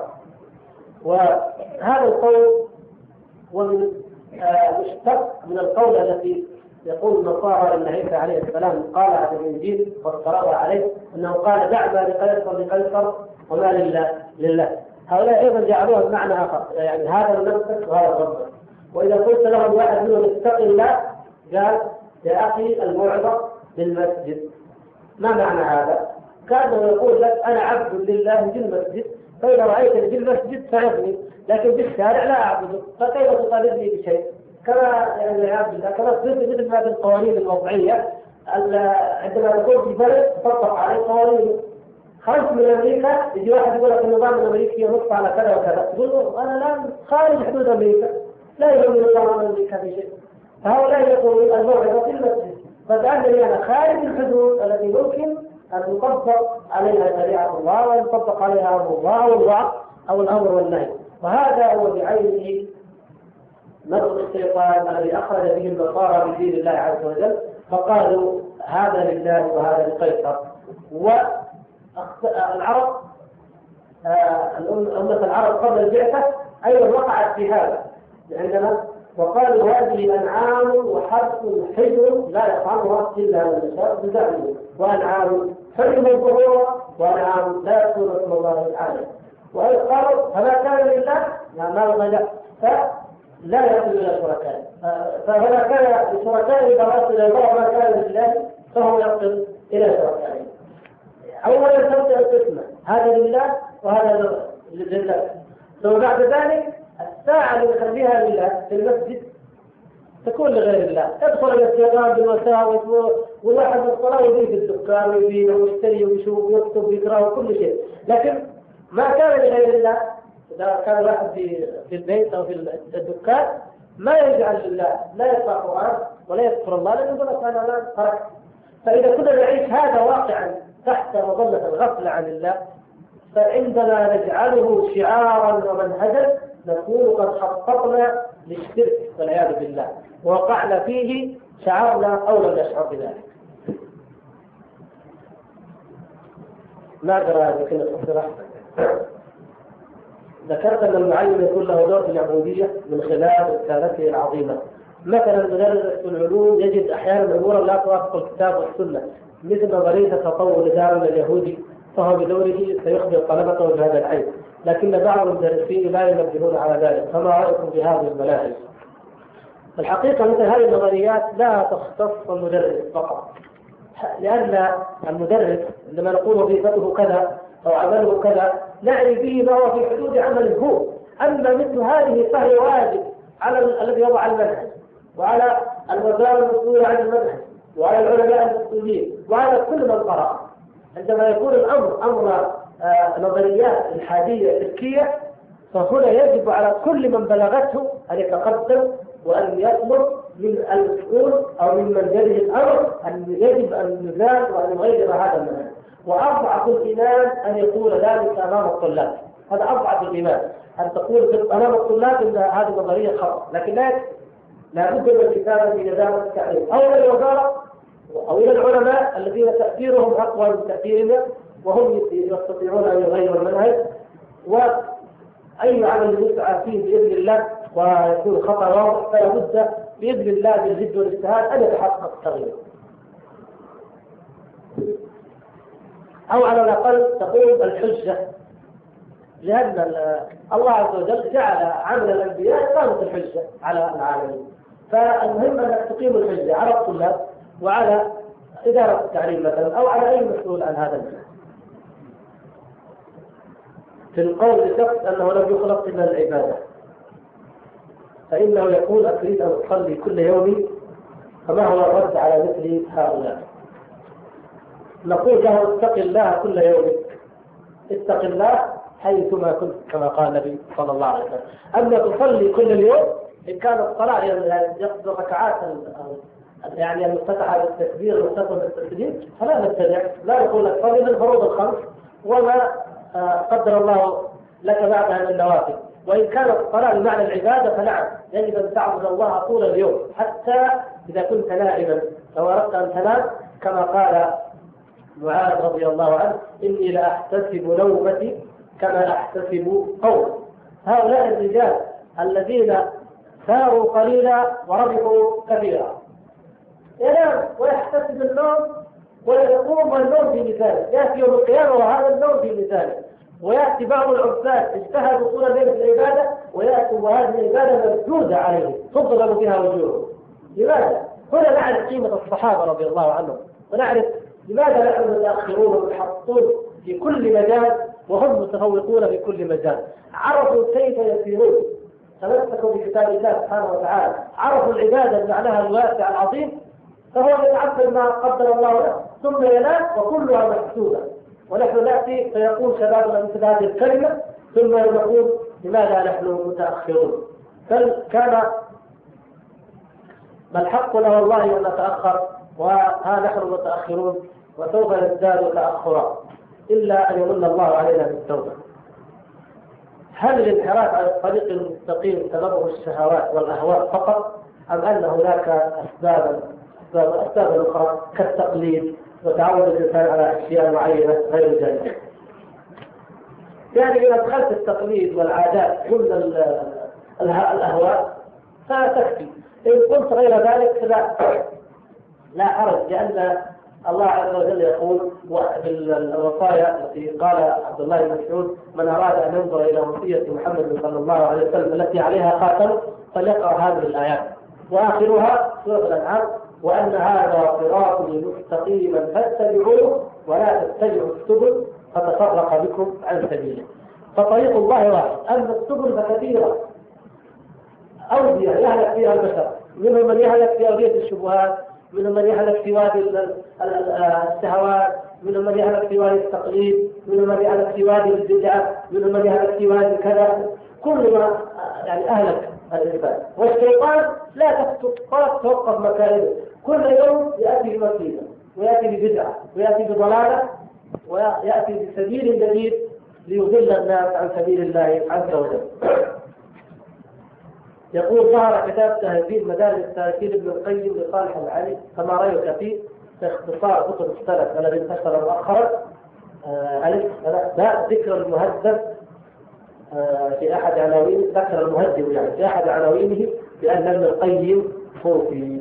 وهذا القول ومن مشتق من القول التي يقول النصارى ان عيسى عليه السلام قالها في الانجيل وافترضها عليه انه قال دع ما لقيصر لقيصر وما لله. هؤلاء ايضا جعلوها بمعنى اخر، يعني هذا لنفسك وهذا ربك. واذا قلت لهم واحد منهم اتق الله قال يا اخي الموعظه بالمسجد. ما معنى هذا؟ كانه يقول لك انا عبد لله في المسجد، فاذا رايتني في المسجد فاعبدني، لكن بالشارع لا اعبده، فكيف تطالبني بشيء؟ كما كما مثل ما القوانين الوضعيه عندما تكون في بلد تطبق عليه قوانين. خرجت من امريكا يجي واحد يقول لك النظام الامريكي ينص على كذا وكذا، تقول له انا الان خارج حدود امريكا لا يهمني النظام الامريكي في شيء. فهؤلاء يقولون الموعظه في المسجد، فكأنني انا خارج الحدود التي يمكن ان يطبق عليها شريعه الله ويطبق عليها امر الله او الوعظ او الامر والنهي. وهذا هو بعينه نظر الشيطان الذي أخرج به النصارى من دين الله عز وجل، فقالوا هذا لله وهذا لقيصر. والعرب أمة العرب قبل البعثة أيضا وقعت في هذا عندنا، وقالوا هذه أنعام وحرث حجر لا يطعمها إلا من يشاء بزعمه، وأنعام حجر ظهورها وأنعام لا يكون اسم الله عليه. وقالوا فما كان لله ما وضع لا يصل إلى شركائه، فما كان لشركائه إذا وصل إلى الله ما كان لله فهو يصل إلى شركائه. أولا تبدأ القسمة هذا لله وهذا لله، ثم بعد ذلك الساعة اللي نخليها لله في المسجد تكون لغير الله. يدخل الاستيقاظ بالمساء والواحد بالصلاة يبيع في الدكان ويبيع ويشتري ويشوف ويكتب ويقرأ وكل شيء، لكن ما كان لغير الله إذا كان واحد في البيت أو في الدكان ما يجعل لله، لا يقرأ قرآن ولا يذكر الله لن يقول لك أنا الآن تركت. فإذا كنا نعيش هذا واقعا تحت مظلة الغفلة عن الله، فعندما نجعله شعارا ومنهجا نكون قد خططنا للشرك والعياذ بالله ووقعنا فيه شعارنا أو لم نشعر بذلك. ما أدرى هذه كلمة أخرى. ذكرت أن المعلم يكون له دور في العبودية من خلال رسالته العظيمة. مثلا مدرس العلوم يجد أحيانا أمورا لا توافق الكتاب والسنة، مثل نظرية تطور دارنا اليهودي، فهو بدوره سيخبر طلبته بهذا العيب، لكن بعض المدرسين لا ينبهون على ذلك. فما رأيكم بهذه المناهج؟ الحقيقة مثل هذه النظريات لا تختص المدرس فقط، لأن المدرس عندما نقول وظيفته كذا أو عمله كذا نعني به ما هو في حدود عمله هو. أما مثل هذه فهي واجب على الذي يضع المنهج، وعلى الوزارة المسؤولة عن المنهج، وعلى العلماء المسؤولين، وعلى كل من قرأ. عندما يكون الأمر أمر نظريات الحادية تركية، فهنا يجب على كل من بلغته أن يتقدم وأن يطلب من المسؤول أو من جريه الأمر أن يجب أن يزال وأن يغير هذا المنهج. وأضعف الإيمان أن يقول ذلك أمام الطلاب، هذا أضعف الإيمان، أن تقول أمام الطلاب أن هذه نظرية خطأ. لكن لا بد من الكتابة في نظام التعليم أو إلى الوزارة أو إلى العلماء الذين تأثيرهم أقوى من تأثيرنا وهم يستطيعون أن يغيروا المنهج. وأي عمل يسعى فيه بإذن الله ويكون خطأ واضح فلا بد بإذن الله بالجد والاجتهاد أن يتحقق التغيير، أو على الأقل تقوم الحجة، لأن الله عز وجل جعل عمل الأنبياء إقامة الحجة على العالمين. فالمهم أنك تقيم الحجة على الطلاب وعلى إدارة التعليم مثلا أو على أي مسؤول عن هذا المجال. في القول بشخص أنه لم يخلق إلا العبادة، فإنه يقول أريد أن أصلي كل يوم، فما هو الرد على مثل هؤلاء؟ نقول له اتق الله كل يوم، اتق الله حيثما كنت كما قال النبي صلى الله عليه وسلم. أما تصلي كل اليوم إن كانت الصلاة يقصد ركعات يعني المفتتحة بالتكبير والمفتتحة بالتسليم فلا نبتدع، لا نقول لك صلي بالفروض الخمس وما قدر الله لك بعدها من النوافل. وإن كانت الصلاة بمعنى العبادة فنعم يجب أن تعبد الله طول اليوم، حتى إذا كنت نائما لو أردت أن تنام كما قال معاذ رضي الله عنه إني لأحتسب نومتي كما أحتسب قوم. هؤلاء الرجال الذين ساروا قليلا وربحوا كثيرا ينام ويحتسب النوم ويقوم والنوم في مثاله، يأتي يوم القيامة وهذا النوم في مثاله. ويأتي بعض العباد اجتهدوا طول الليل في العبادة ويأتوا وهذه العبادة مردودة عليهم تضرب بها وجوههم. لماذا؟ هنا نعرف قيمة الصحابة رضي الله عنهم، ونعرف لماذا نحن المتأخرون والمحطون في كل مجال وهم متفوقون في كل مجال. عرفوا كيف يسيرون، تمسكوا بكتاب الله سبحانه وتعالى، عرفوا العبادة بمعناها الواسع العظيم، فهو يتعبد ما قدر الله له ثم ينام وكلها محسوبة. ونحن نأتي فيقول شبابنا مثل هذه الكلمة ثم نقول لماذا نحن متأخرون؟ بل كان بل حقنا والله أن نتأخر، وها نحن متأخرون وسوف نزداد تأخرا إلا أن يمن الله علينا بالتوبة. هل الانحراف عن الطريق المستقيم سببه الشهوات والأهواء فقط، أم أن هناك أسبابا أخرى كالتقليد وتعود الإنسان على أشياء معينة غير ذلك؟ يعني إذا دخلت التقليد والعادات ضمن الأهواء فتكفي، إن قلت غير ذلك لا حرج، لأن الله عز وجل يقول في الوصايا التي قال عبد الله بن مسعود من أراد أن ينظر إلى وصية محمد صلى الله عليه وسلم التي عليها خاتم فليقرأ هذه الآيات، وآخرها سورة الأنعام وأن هذا صراطي مستقيما فاتبعوه ولا تتبعوا السبل فتفرق بكم عن سبيله. فطريق الله واحد، أما السبل فكثيرة أودية يهلك فيها البشر، منهم من يهلك في أودية الشبهات، منهم من يهلك في وادي الشهوات، منهم من يهلك في وادي التقليد، منهم من يهلك في وادي البدعة، منهم من يهلك في وادي كذا، كل ما يعني أهلك الإنسان. والشيطان لا تفتق ولا تتوقف مكائده، كل يوم يأتي بمصيبة ويأتي ببدعة ويأتي بضلالة ويأتي بسبيل جديد ليضل الناس عن سبيل الله عز وجل. يقول: ظهر كتاب تهذيب مدارس السالكين ابن القيم لصالح العلي كما رأيك فيه باختصار كتب السلف الذي انتشر مؤخرا. لا ذكر المهذب في أحد عناوين، ذكر المهذب يعني في أحد عناوينه بأن ابن القيم صوفي.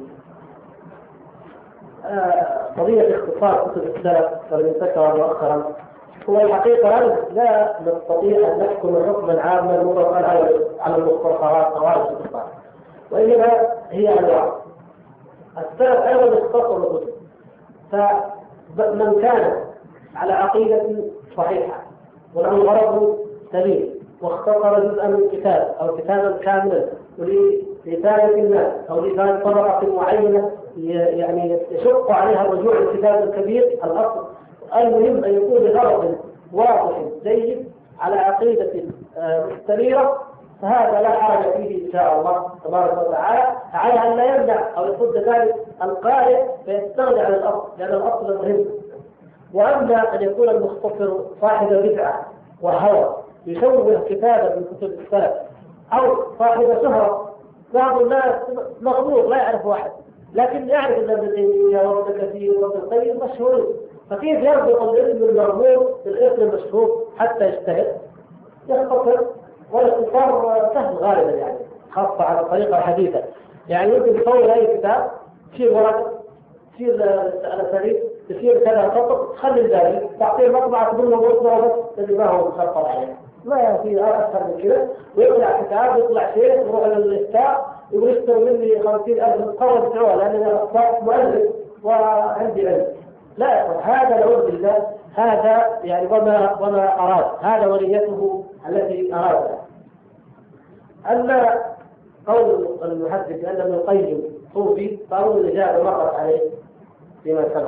قضية اختصار كتب السلف الذي انتشر مؤخرا هو الحقيقة لا نستطيع أن نحكم حكما عاما مطلقا على المختصرات أو على الاختصار، وإنما هي أنواع. السلف أيضا اختصروا الكتب، فمن كان على عقيدة صحيحة وله غرض سليم واختصر جزءا من كتاب أو كتابا كاملا لرسالة الناس أو لرسالة طبقة معينة يعني يشق عليها الرجوع للكتاب الكبير، الأصل المهم أن يكون بغرض واضح جيد على عقيدة مستنيرة، فهذا لا حرج فيه إن شاء الله تبارك وتعالى، على أن لا يمنع أو يصد ذلك القارئ فيستغني عن الأصل، لأن الأصل مهم. وأما أن يكون المختصر صاحب بدعة وهوى يشوه كتابا من كتب السلف، أو صاحب شهرة، بعض الناس مغمور لا يعرف واحد لكن يعرف أن ابن تيمية وابن كثير وابن القيم مشهورين، فكيف يربط العلم المغمور بالاسم المشهور حتى يجتهد؟ يختصر، والاختصار سهل غالبا يعني، خاصة على الطريقة الحديثة. يعني يمكن تصور أي كتاب تشيل ورقة، تشيل الأساليب، تشيل كذا خطط، تخلي الباقي، تعطيه مطبعة تقول له مطبعة بس اللي ما هو مخطط عليه، ما في أكثر من كذا. ويطلع كتاب، يطلع شيء، يروح للإفتاء يقول اشتروا مني 50,000 قرض دعوة لأن أنا أصبحت مؤلف وعندي علم. لا، هذا نعوذ بالله، هذا يعني وما أراد، هذا وليته التي أرادها. أما قول المحدث بأن ابن القيم صوفي فأول الإجابة مرت عليه فيما سبق،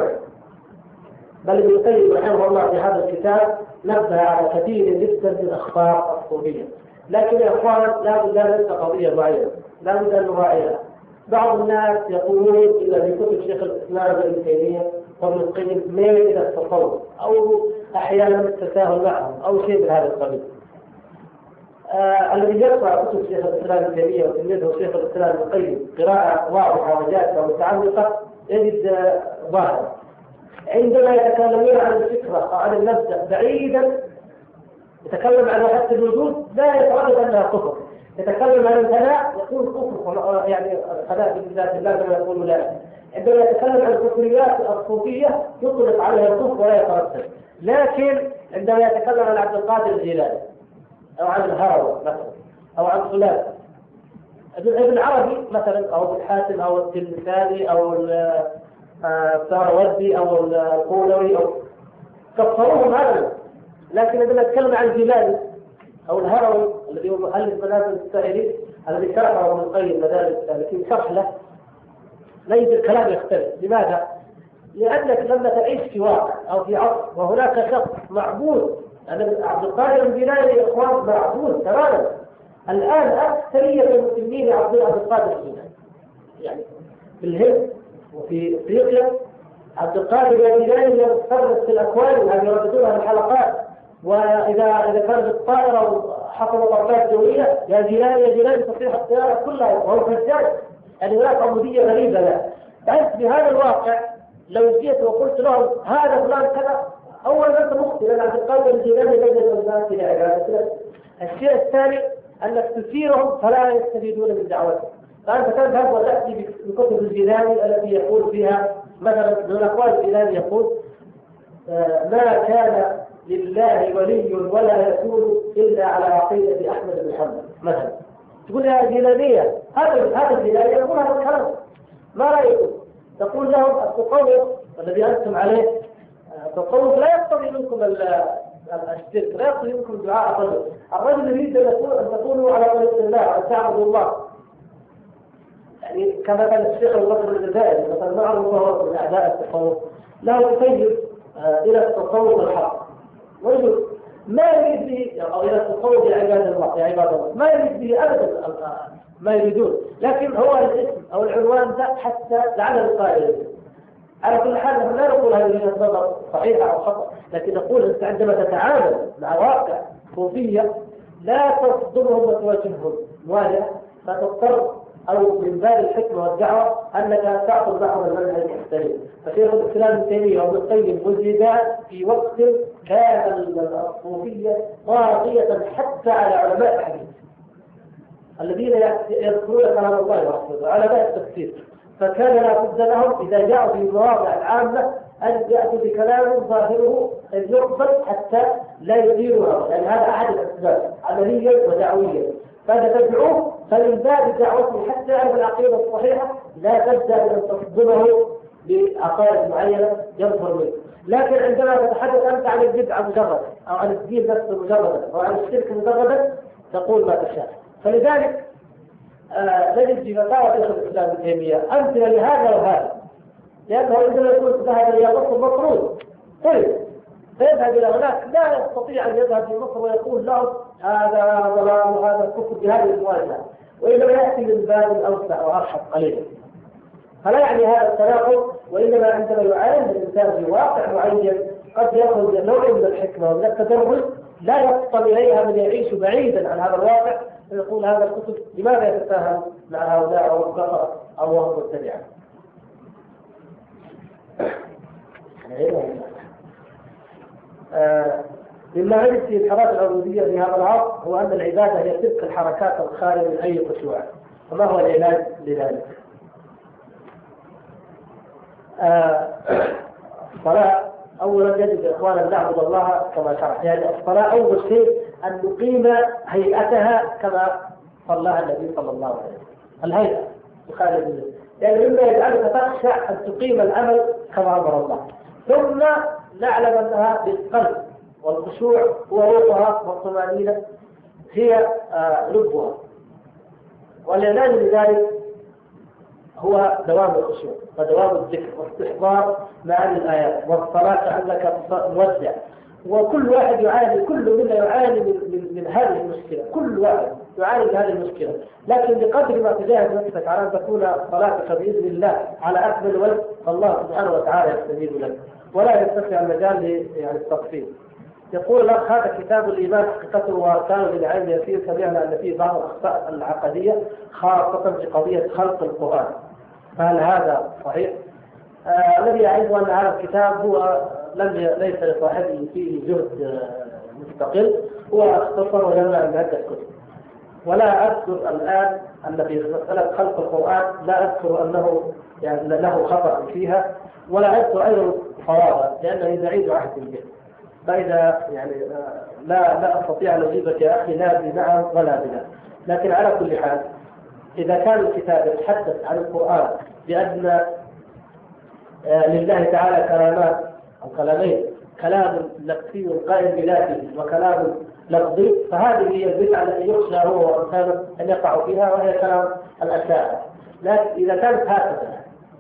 بل ابن القيم رحمه الله في هذا الكتاب نبه على كثير جدا من الأخطاء الصوفية. لكن يا إخوان لا بد أن ننسى قضية معينة، لا بد أن نراعيها. بعض الناس يقولون إن في كتب شيخ الإسلام ابن تيمية وابن القيم ميل إلى التصوف أو أحيانا التساهل معهم أو شيء من هذا القبيل. الذي يقرأ كتب شيخ الإسلام ابن تيمية وتلميذه شيخ الإسلام ابن القيم قراءة واضحة وجادة ومتعمقة يجد ظاهرا. عندما يتكلمون عن الفكرة أو عن المبدأ بعيدا، يتكلم عن وحدة الوجود لا يتردد أنها كفر، يتكلم عن الفناء يقول كفر، يعني الفناء بذات الله كما يقول لا. عندما يتكلم عن الكفريات الصوفية يطلق عليها الكفر ولا يتردد. لكن عندما يتكلم عن عبد القادر الجيلاني أو عن الهروي مثلا أو عن فلان ابن عربي مثلا أو ابن حاتم أو التلمساني أو السهروردي أو القولوي أو كفروهم هذا. لكن عندما نتكلم عن الجيلاني أو الهروي الذي هو مؤلف منازل السائلين الذي شرحه ابن القيم مدارس السالكين شرح له، نجد الكلام يختلف. لماذا؟ لأنك لما تعيش في واقع أو في عصر وهناك شخص معبود، عبد القادر الجيلاني يا إخوان معبود تماما. الآن أكثرية المسلمين عبد القادر الجيلاني، يعني في الهند وفي أفريقيا عبد القادر الجيلاني يتصرف في الأكوان هذه يرددونها الحلقات، وإذا كانت الطائرة وحصل ضربات جوية يا جيلاني يا جيلاني تصيح الطيارة كلها وهو فجاج. يعني هناك عبودية غريبة لا. بس بهذا الواقع لو جيت وقلت لهم هذا فلان كذا، أولا أنت مخطئ لأن عبد القادر الجيلاني ليس الناس إلى عبادته. الشيء الثاني أنك تثيرهم فلا يستفيدون من دعوتك، فأنت تذهب وتأتي بكتب الجيلاني التي يقول فيها مثلا من أقوال الجيلاني يقول ما كان لله ولي ولا يكون إلا على عقيدة أحمد بن حنبل مثلا. تقول يا جيلانية هذا الجيلاني يقول هذا الكلام، ما رأيكم؟ تقول لهم التصوف الذي أنتم عليه التصوف لا يقتضي منكم الشرك، لا يقتضي منكم دعاء الرجل يريد أن تكونوا على طريق الله، أن تعبدوا الله. يعني كما كان الشيخ أبو بكر الجزائري مثلا معروف وهو من أعداء التصوف له يسير إلى التصوف الحق، رجل ما يريد به أو إلى التصوف يا عباد الله، يا عباد الله، ما يريد به أبدا ما يريدون، لكن هو الاسم أو العنوان ده حتى لعل القائل. على كل حال نحن لا نقول هذه النظر صحيحة أو خطأ، لكن نقول أنت عندما تتعامل مع واقع صوفية لا تصدمهم وتواجههم مواجهة، فتضطر أو من باب الحكمة والدعوة أنك تأخذ معهم المنهج السليم. فشيخ الإسلام ابن تيمية وابن القيم وجدا في وقت كان الصوفية طاغية حتى على علماء الحديث الذين يذكرون كلام الله ورسوله، علماء التفسير، فكان لا بد لهم إذا جاءوا في المواضع العامة أن يأتوا بكلام ظاهره يقبل حتى لا يديرها، لأن هذا أحد الأسباب عمليا ودعويا. فإذا تدعوه فمن باب دعوته حتى يعرف العقيدة الصحيحة لا تبدأ أن تصدمه بعقائد معينة يظهر منه. لكن عندما تتحدث أنت عن البدعة مجرد أو عن الدين نفسه مجردا أو عن الشرك مجردا تقول ما تشاء. فلذلك نجد في فتاوى شيخ الإسلام ابن تيمية أمثلة لهذا وهذا، لأنه عندما يكون ذهب إلى مصر مطرود طيب فيذهب إلى هناك لا يستطيع أن يذهب في مصر ويقول لهم هذا ضلال وهذا كفر بهذه المواجهة، وإنما يأتي من باب أوسع وأرحب قليلا. فلا يعني هذا التناقض، وإنما عندما يعالج الإنسان في واقع معين قد يأخذ نوع من الحكمة ومن التدرج لا يفطن إليها من يعيش بعيدا عن هذا الواقع، فيقول هذا الكتب لماذا يتفاهم مع هؤلاء أو الكفر أو وهم متبعا. مما نجد في الحركات العبودية في هذا العصر هو أن العبادة هي تلك الحركات الخارجة من أي خشوع. فما هو العلاج لذلك؟ الصلاة أولا يجب إخوانا أن نعبد الله كما شرع، يعني الصلاة أول شيء أن نقيم هيئتها كما صلاها النبي صلى الله عليه وسلم. الهيئة يخالف منه، يعني مما يجعلك تخشع أن تقيم العمل كما أمر الله. ثم نعلم أنها بالقلب والخشوع هو روحها والطمأنينة هي لبها، والعلاج لذلك هو دوام الخشوع ودوام الذكر واستحضار معاني الآيات والصلاة كأنك مودع. وكل واحد يعاني، كل منا يعاني من هذه المشكلة، كل واحد يعاني من هذه المشكلة، لكن بقدر ما تجاهد نفسك على أن تكون صلاتك بإذن الله على أكمل وجه فالله سبحانه وتعالى يستجيب لك ولا يستطيع المجال يعني التقصير. يقول الأخ هذا كتاب الإيمان حقيقته وأركانه للعلم فيه، سمعنا أن فيه بعض الأخطاء العقدية خاصة في قضية خلق القرآن، فهل هذا صحيح؟ الذي أعرف أن هذا الكتاب هو ليس لصاحبه فيه جهد مستقل، هو اختصر ولما عن عدة كتب، ولا أذكر الآن أن في مسألة خلق القرآن لا أذكر أنه يعني له خطأ فيها، ولا أذكر أيضا صوابا لأنه بعيد عهد به. فإذا يعني لا أستطيع أن أجيبك يا أخي لا بنعم ولا بلا، لكن على كل حال إذا كان الكتاب يتحدث عن القرآن بأن لله تعالى كلامات أو كلامين، كلام نفسي قائم بذاته وكلام لفظي، فهذه هي البدعة التي يخشى هو وأمثاله أن يقعوا فيها، وهي كلام الأشاعرة. لكن إذا كانت هكذا،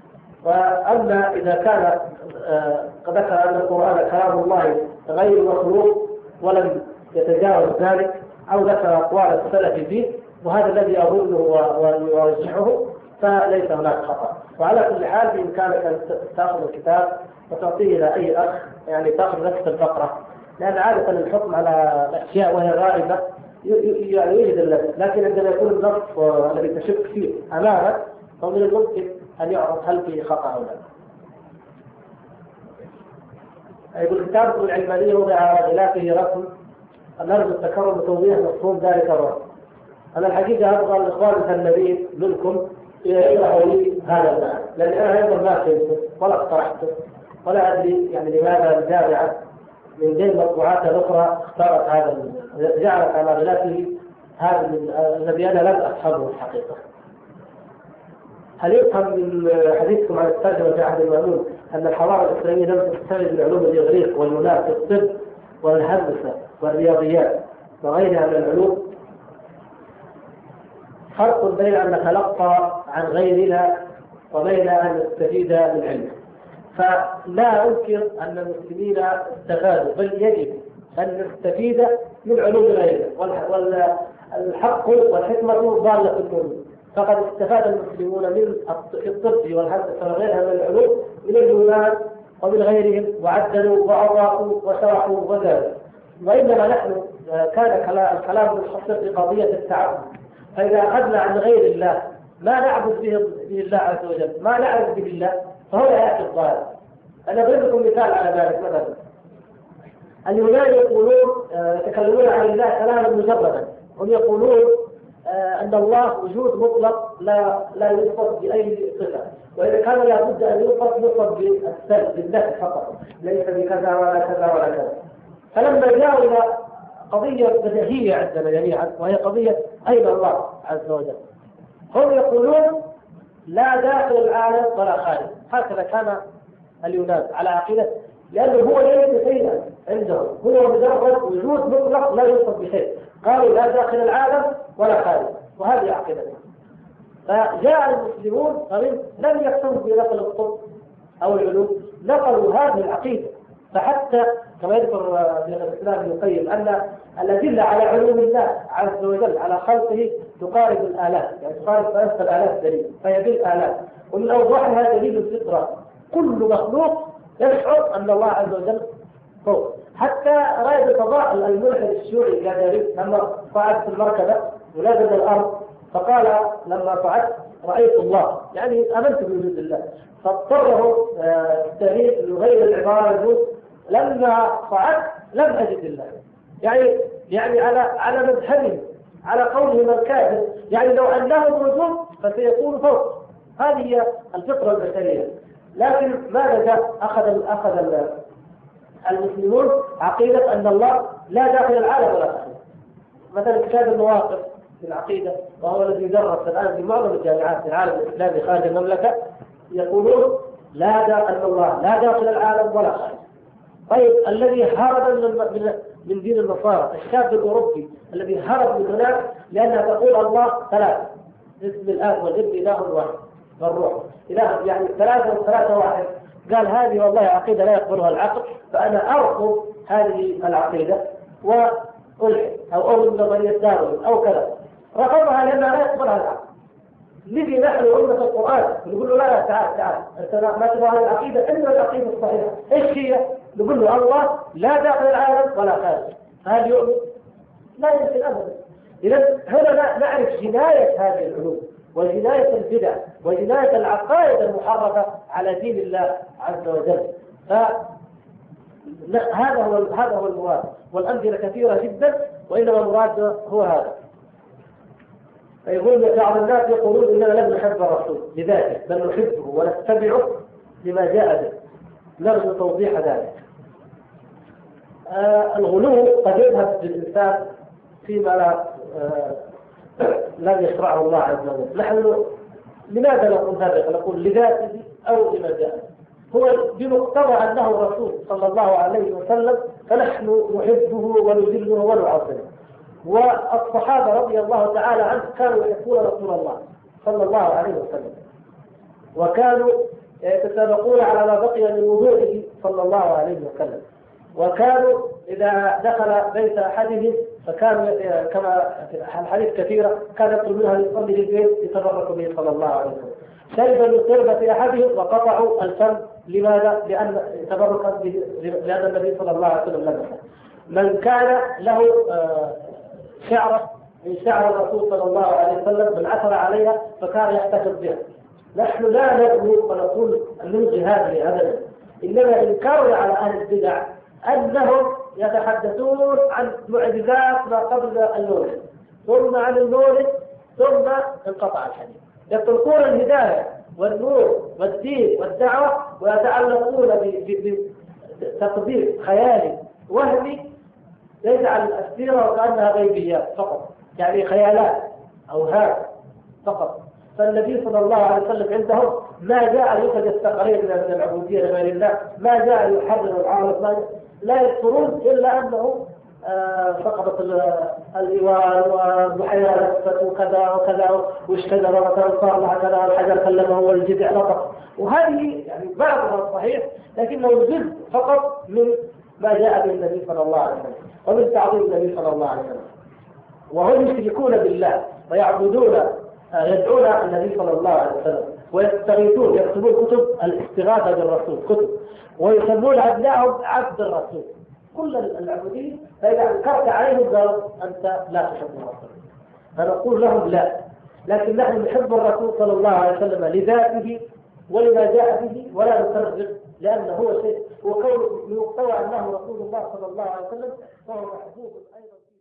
وأما إذا كان قد ذكر أن القرآن كلام الله غير مخلوق ولم يتجاوز ذلك، أو ذكر أقوال السلف فيه وهذا الذي أظنه ويرجحه، فليس هناك خطأ. وعلى كل حال بإمكانك أن تأخذ الكتاب وتعطيه إلى أي أخ، يعني تأخذ نفس الفقرة، لأن عادة الحكم على الأشياء وهي غائبة يعني يوجد اللبس، لكن عندما يكون النص الذي تشك فيه أمامك فمن الممكن أن يعرف هل فيه خطأ أو لا. يقول الكتاب العلمانية وضع على غلافه رسم نرجو التكرم وتوضيح مفهوم ذلك الرسم. أنا الحقيقة أبغى الإخوان المثنبين منكم يشرحوا لي هذا المعنى، لأن أنا أيضا ما فهمته ولا اقترحته ولا أدري يعني لماذا الجامعة من بين المطبوعات الأخرى اختارت هذا جعلت على غلافه هذا الذي أنا لم أفهمه الحقيقة. هل يفهم من حديثكم عن الترجمة في عهد المأمون أن الحضارة الإسلامية لم تستند بالعلوم الإغريق واليونان في الطب والهندسة والرياضيات وغيرها من العلوم؟ فرق بين أن نتلقى عن غيرنا وبين أن نستفيد من علمه. فلا أنكر أن المسلمين استفادوا، بل يجب أن نستفيد من علوم غيرنا، والحق والحكمة ضالة الكل. فقد استفاد المسلمون من الطب والهندسة وغيرها من العلوم من اليونان ومن غيرهم، وعدلوا وأضافوا وشرحوا وزادوا. وإنما نحن كان الكلام منحصر في قضية التعبد. فإذا أخذنا عن غير الله ما نعبد به الله عز وجل، ما نعرف به الله، فهو يأتي الضالة. أنا أضرب لكم مثال على ذلك. مثلا اليونان يقولون يتكلمون عن الله كلاما مجردا، هم يقولون أن الله وجود مطلق لا يوصف بأي صفة، وإذا كان لابد أن يوصف بالسلب بالنفس فقط، ليس بكذا ولا كذا ولا كذا. فلما جاءوا إلى قضية بديهية عندنا جميعا، وهي قضية أين الله عز وجل، هم يقولون لا داخل العالم ولا خارج. هكذا كان اليونان على عقيدة، لأنه هو ليس شيئا عندهم، هو مجرد وجود مطلق لا يوصف بشيء. قالوا لا داخل العالم ولا خارج، وهذه عقيدتهم. فجاء المسلمون لم يقتنعوا بنقل الطب أو العلوم، نقلوا هذه العقيدة. فحتى كما يذكر شيخ الإسلام ابن القيم أن الأدلة على علوم الله عز وجل على خلقه تقارب الآلاف، يعني تقارب 3000 دليل، فهي بالآلاف. ومن أوضحها دليل الفطرة، كل مخلوق يشعر أن الله عز وجل فوق. حتى رائد الفضاء الملحد الشيوعي الجزائري لما صعد في المركبة ونزل الأرض فقال لما صعدت رأيت الله، يعني آمنت بوجود الله. فاضطره التاريخ يغير العبارة، يقول لما صعدت لم أجد الله، يعني على مذهبه، على قولهم الكاذب، يعني لو أنه موجود فسيكون فوق. هذه هي الفطرة البشرية. لكن ماذا جاء؟ أخذ المسلمون عقيدة أن الله لا داخل العالم ولا خارج. مثلا كتاب المواقف في العقيدة، وهو الذي يدرس الآن في معظم الجامعات في العالم الإسلامي خارج المملكة، يقولون أن الله لا داخل العالم ولا خارج. طيب الذي هرب من دين النصارى، الشاب الأوروبي الذي هرب من هناك لأنها تقول الله ثلاثة، اسم الآب والابن إله واحد والروح إله، يعني ثلاثة واحد. قال هذه والله عقيدة لا يقبلها العقل، فأنا أرفض هذه العقيدة وألحد أو أؤمن بنظرية داروين أو كذا. رفضها لأنها لا يقبلها العقل. نجي نحن أمة القرآن نقول له لا تعال أنت ما تبغى هذه العقيدة إلا العقيدة الصحيحة. إيش هي؟ نقول له الله لا داخل العالم ولا خارج. هل يؤمن؟ لا يمكن أبدا. إذا هنا نعرف جناية هذه العلوم وجناية البدع وجناية العقائد المحرفة على دين الله عز وجل. هذا هو المراد، والأمثلة كثيرة جدا، وإنما المراد هو هذا. يقول بعض الناس يقولون إننا لم نحب الرسول لذاته، بل نحبه ونتبعه لما جاء به. نرجو توضيح ذلك. الغلو قد يذهب بالإنسان فيما لم يشرعه الله عز وجل. نحن لماذا نقول هذا؟ نقول لذاته أو لما جاء. هو بمقتضى أنه رسول صلى الله عليه وسلم، فنحن نحبه ونذله ونعظمه. والصحابة رضي الله تعالى عنهم كانوا يحبون رسول الله صلى الله عليه وسلم، وكانوا يتسابقون على ما بقي من وضوءه صلى الله عليه وسلم. وكانوا إذا دخل بيت أحدهم فكانوا كما في الحديث كثيرة كان يطلب منها يصلي في البيت يتبرك به صلى الله عليه وسلم. شرب من قربة أحدهم وقطعوا الفم. لماذا؟ لأن تبركا به، لأن النبي صلى الله عليه وسلم لمسه. من كان له شعرة من شعر الرسول صلى الله عليه وسلم من عثر عليها فكان يحتفظ بها. نحن لا ندعو ونقول نلغي هذه أبدا، إنما إنكارنا على أهل البدع أنهم يتحدثون عن معجزات ما قبل المولد، ثم عن المولد، ثم انقطع الحديث. يتركون الهداية والنور والدين والدعوة ويتعلقون بتقدير خيالي وهمي يجعل السيرة وكأنها غيبيات فقط، يعني خيالات أوهام فقط. فالنبي صلى الله عليه وسلم عندهم ما جاء يخرج التقرير من العبودية لغير الله، ما جاء يحرر العالم، لا يذكرون إلا أنه سقطت الإيوان والبحيرة نفت وكذا وكذا وش كذا مثلا صار لها كذا الحجر كلمه والجذع نطق. وهذه يعني بعضها صحيح، لكنه جزء فقط من ما جاء به النبي صلى الله عليه وسلم ومن تعظيم النبي صلى الله عليه وسلم، وهم يشركون بالله ويعبدون يدعون النبي صلى الله عليه وسلم ويستغيثون، يكتبون كتب الاستغاثة بالرسول، كتب، ويسمون أبنائهم عبد الرسول، كل العبودين. فإذا أنكرت عليهم قالوا أنت لا تحب الرسول، فنقول لهم لا، لكن نحن نحب الرسول صلى الله عليه وسلم لذاته ولما جاء به، ولا نفرق، لأنه هو شيء، وكون يقوى أنه رسول الله صلى الله عليه وسلم فهو محبوب أيضا.